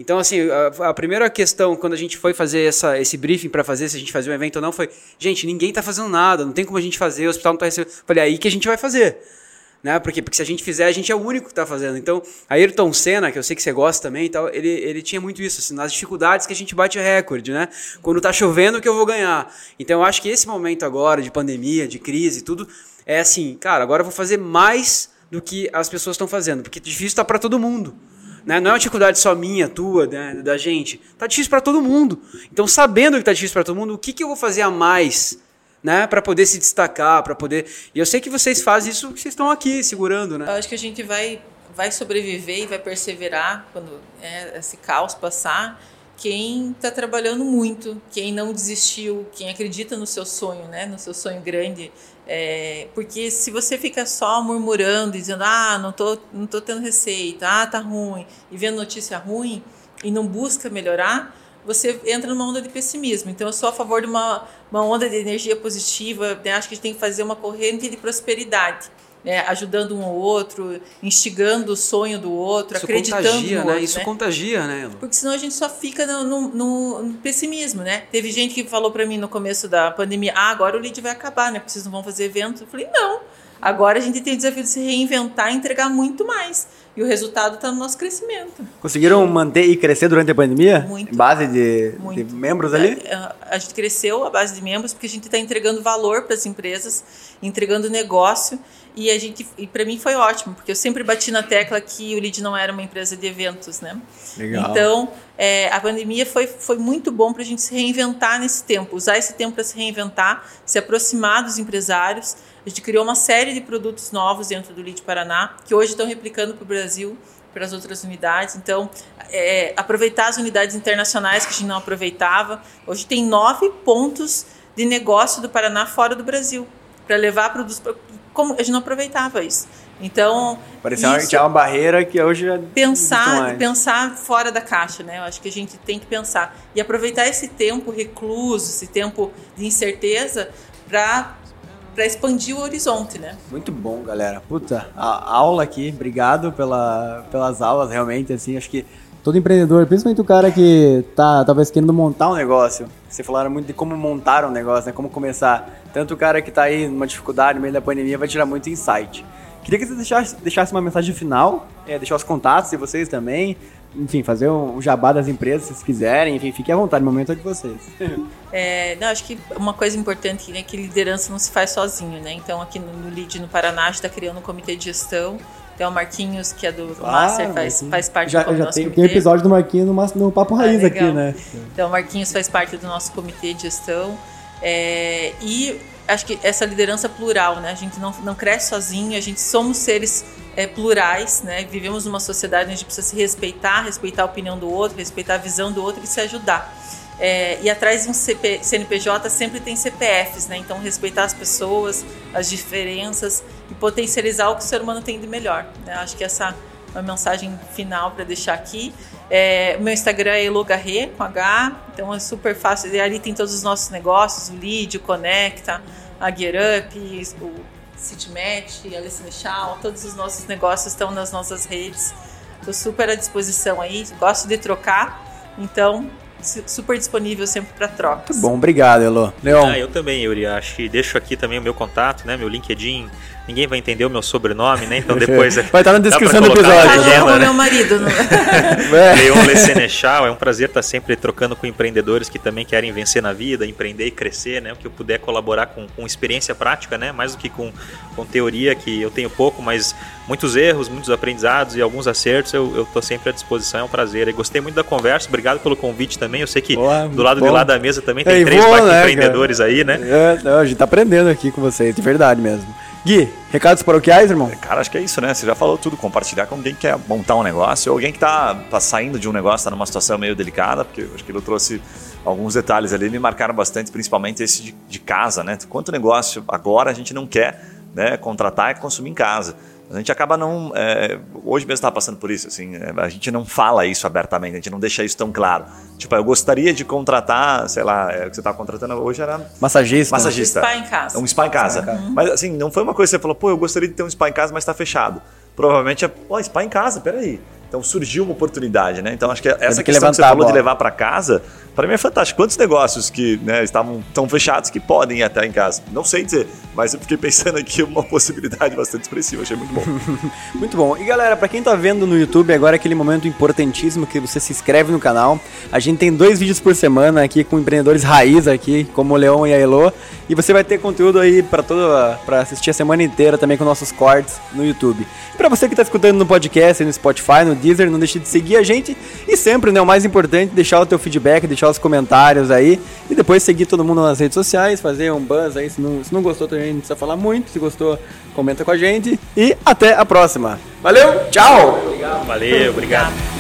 [SPEAKER 5] Então, assim, a primeira questão, quando a gente foi fazer esse briefing para fazer se a gente fazia um evento ou não, foi, gente, ninguém tá fazendo nada, não tem como a gente fazer, o hospital não tá recebendo. Falei, aí que a gente vai fazer. Né? Porque se a gente fizer, a gente é o único que tá fazendo. Então, a Ayrton Senna, que eu sei que você gosta também e tal, ele tinha muito isso, assim, nas dificuldades que a gente bate recorde, né? Quando tá chovendo que eu vou ganhar. Então, eu acho que esse momento agora de pandemia, de crise, tudo, é assim, cara, agora eu vou fazer mais do que as pessoas estão fazendo, porque difícil tá para todo mundo. Né? Não é uma dificuldade só minha, tua, né, da gente. Tá difícil para todo mundo. Então, sabendo que tá difícil para todo mundo, o que eu vou fazer a mais, né, para poder se destacar, para poder... E eu sei que vocês fazem isso, que vocês estão aqui segurando, né?
[SPEAKER 3] Eu acho que a gente vai sobreviver e vai perseverar quando esse caos passar. Quem está trabalhando muito, quem não desistiu, quem acredita no seu sonho, né, no seu sonho grande. Porque se você fica só murmurando, dizendo, não tô tendo receita, tá ruim, e vendo notícia ruim, e não busca melhorar, você entra numa onda de pessimismo. Então, eu sou a favor de uma onda de energia positiva, né? Acho que a gente tem que fazer uma corrente de prosperidade, né? Ajudando um ao outro, instigando o sonho do outro,
[SPEAKER 5] isso
[SPEAKER 3] acreditando
[SPEAKER 5] contagia,
[SPEAKER 3] no
[SPEAKER 5] né?
[SPEAKER 3] outro.
[SPEAKER 5] Isso
[SPEAKER 3] né?
[SPEAKER 5] Contagia, né, Elo?
[SPEAKER 3] Porque senão a gente só fica no pessimismo, né? Teve gente que falou para mim no começo da pandemia, agora o lead vai acabar, né? Porque vocês não vão fazer evento. Eu falei, não. Agora a gente tem o desafio de se reinventar e entregar muito mais. E o resultado está no nosso crescimento.
[SPEAKER 2] Conseguiram manter e crescer durante a pandemia?
[SPEAKER 3] Muito.
[SPEAKER 2] Base de membros ali?
[SPEAKER 3] A gente cresceu a base de membros porque a gente está entregando valor para as empresas, entregando negócio. E para mim foi ótimo, porque eu sempre bati na tecla que o Lead não era uma empresa de eventos, né?
[SPEAKER 2] Legal.
[SPEAKER 3] Então, a pandemia foi muito bom para a gente se reinventar nesse tempo, usar esse tempo para se reinventar, se aproximar dos empresários. A gente criou uma série de produtos novos dentro do Lead Paraná, que hoje estão replicando para o Brasil, para as outras unidades. Então, aproveitar as unidades internacionais que a gente não aproveitava. Hoje tem 9 pontos de negócio do Paraná fora do Brasil, para levar produtos... Como a gente não aproveitava isso. Então,
[SPEAKER 2] parecia que tinha uma barreira que hoje já
[SPEAKER 3] pensar fora da caixa, né? Eu acho que a gente tem que pensar e aproveitar esse tempo recluso, esse tempo de incerteza para expandir o horizonte, né?
[SPEAKER 2] Muito bom, galera. Puta, a aula aqui, obrigado pelas aulas, realmente, assim, acho que todo empreendedor, principalmente o cara que tá talvez querendo montar um negócio, vocês falaram muito de como montar um negócio, né? Como começar. Tanto o cara que tá aí numa dificuldade no meio da pandemia vai tirar muito insight. Queria que você deixasse uma mensagem final, deixar os contatos de vocês também, enfim, fazer um jabá das empresas, se vocês quiserem, enfim, fiquem à vontade, o momento é de vocês.
[SPEAKER 3] Não, acho que uma coisa importante é que liderança não se faz sozinho, né? Então, aqui no Lead, no Paraná, a gente está criando um comitê de gestão. Tem o Marquinhos, que é do Master, faz parte do nosso comitê.
[SPEAKER 2] Tem episódio do Marquinhos no Papo Raiz aqui, né?
[SPEAKER 3] Então, o Marquinhos faz parte do nosso comitê de gestão. E acho que essa liderança plural, né? A gente não cresce sozinho, a gente somos seres plurais, né? Vivemos numa sociedade onde a gente precisa se respeitar a opinião do outro, respeitar a visão do outro e se ajudar. E atrás de um CNPJ sempre tem CPFs, né? Então respeitar as pessoas, as diferenças e potencializar o que o ser humano tem de melhor, né? Acho que essa é uma mensagem final para deixar aqui. Meu Instagram é elogarré, com H, então é super fácil. E ali tem todos os nossos negócios, o Lead, o Conecta, a GetUp, o CityMatch, a Lecinechal, todos os nossos negócios estão nas nossas redes. Estou super à disposição aí, gosto de trocar, então super disponível sempre para trocas.
[SPEAKER 2] Muito bom, obrigado, Elo. Leon.
[SPEAKER 4] Eu também, Yuri, acho que deixo aqui também o meu contato, né, meu LinkedIn. Ninguém vai entender o meu sobrenome, né? Então depois...
[SPEAKER 2] Vai estar na descrição do episódio.
[SPEAKER 3] Falando com meu marido.
[SPEAKER 4] Leon Lecinechal, é um prazer estar sempre trocando com empreendedores que também querem vencer na vida, empreender e crescer, né? O que eu puder colaborar com experiência prática, né? Mais do que com teoria, que eu tenho pouco, mas muitos erros, muitos aprendizados e alguns acertos, eu estou sempre à disposição, é um prazer. E gostei muito da conversa, obrigado pelo convite também. Eu sei que do lado de lá da mesa também tem 3 empreendedores aí, né?
[SPEAKER 2] A gente tá aprendendo aqui com vocês, de verdade mesmo. Gui, recados paroquiais, irmão?
[SPEAKER 1] Cara, acho que é isso, né? Você já falou tudo, compartilhar com alguém que quer montar um negócio, ou alguém que tá saindo de um negócio, tá numa situação meio delicada, porque eu acho que ele trouxe alguns detalhes ali, me marcaram bastante, principalmente esse de casa, né? Quanto negócio agora a gente não quer, né, contratar e consumir em casa. A gente acaba não... hoje mesmo estava passando por isso, assim, a gente não fala isso abertamente, a gente não deixa isso tão claro. Tipo, eu gostaria de contratar, sei lá, o que você estava contratando hoje era...
[SPEAKER 2] Massagista.
[SPEAKER 3] Um spa em casa.
[SPEAKER 1] Um spa em casa. Mas assim, não foi uma coisa que você falou, eu gostaria de ter um spa em casa, mas está fechado. Provavelmente spa em casa, peraí. Então surgiu uma oportunidade, né? Então acho que essa
[SPEAKER 2] que
[SPEAKER 1] questão que você
[SPEAKER 2] levantar a
[SPEAKER 1] falou de
[SPEAKER 2] bola.
[SPEAKER 1] levar para casa, para mim é fantástico. Quantos negócios que, né, estavam tão fechados que podem ir até em casa? Não sei dizer, mas eu fiquei pensando aqui uma possibilidade bastante expressiva, achei muito bom.
[SPEAKER 2] Muito bom. E galera, pra quem tá vendo no YouTube, agora é aquele momento importantíssimo que você se inscreve no canal. A gente tem 2 vídeos por semana aqui com empreendedores raiz aqui, como o Leon e a Elo. E você vai ter conteúdo aí pra assistir a semana inteira também com nossos cortes no YouTube. E pra você que tá escutando no podcast, no Spotify, no Deezer, não deixe de seguir a gente. E sempre, né, o mais importante, deixar o teu feedback, deixar os comentários aí. E depois seguir todo mundo nas redes sociais, fazer um buzz aí. Se não gostou também, não precisa falar muito. Se gostou, comenta com a gente. E até a próxima. Valeu, tchau!
[SPEAKER 4] Valeu, obrigado.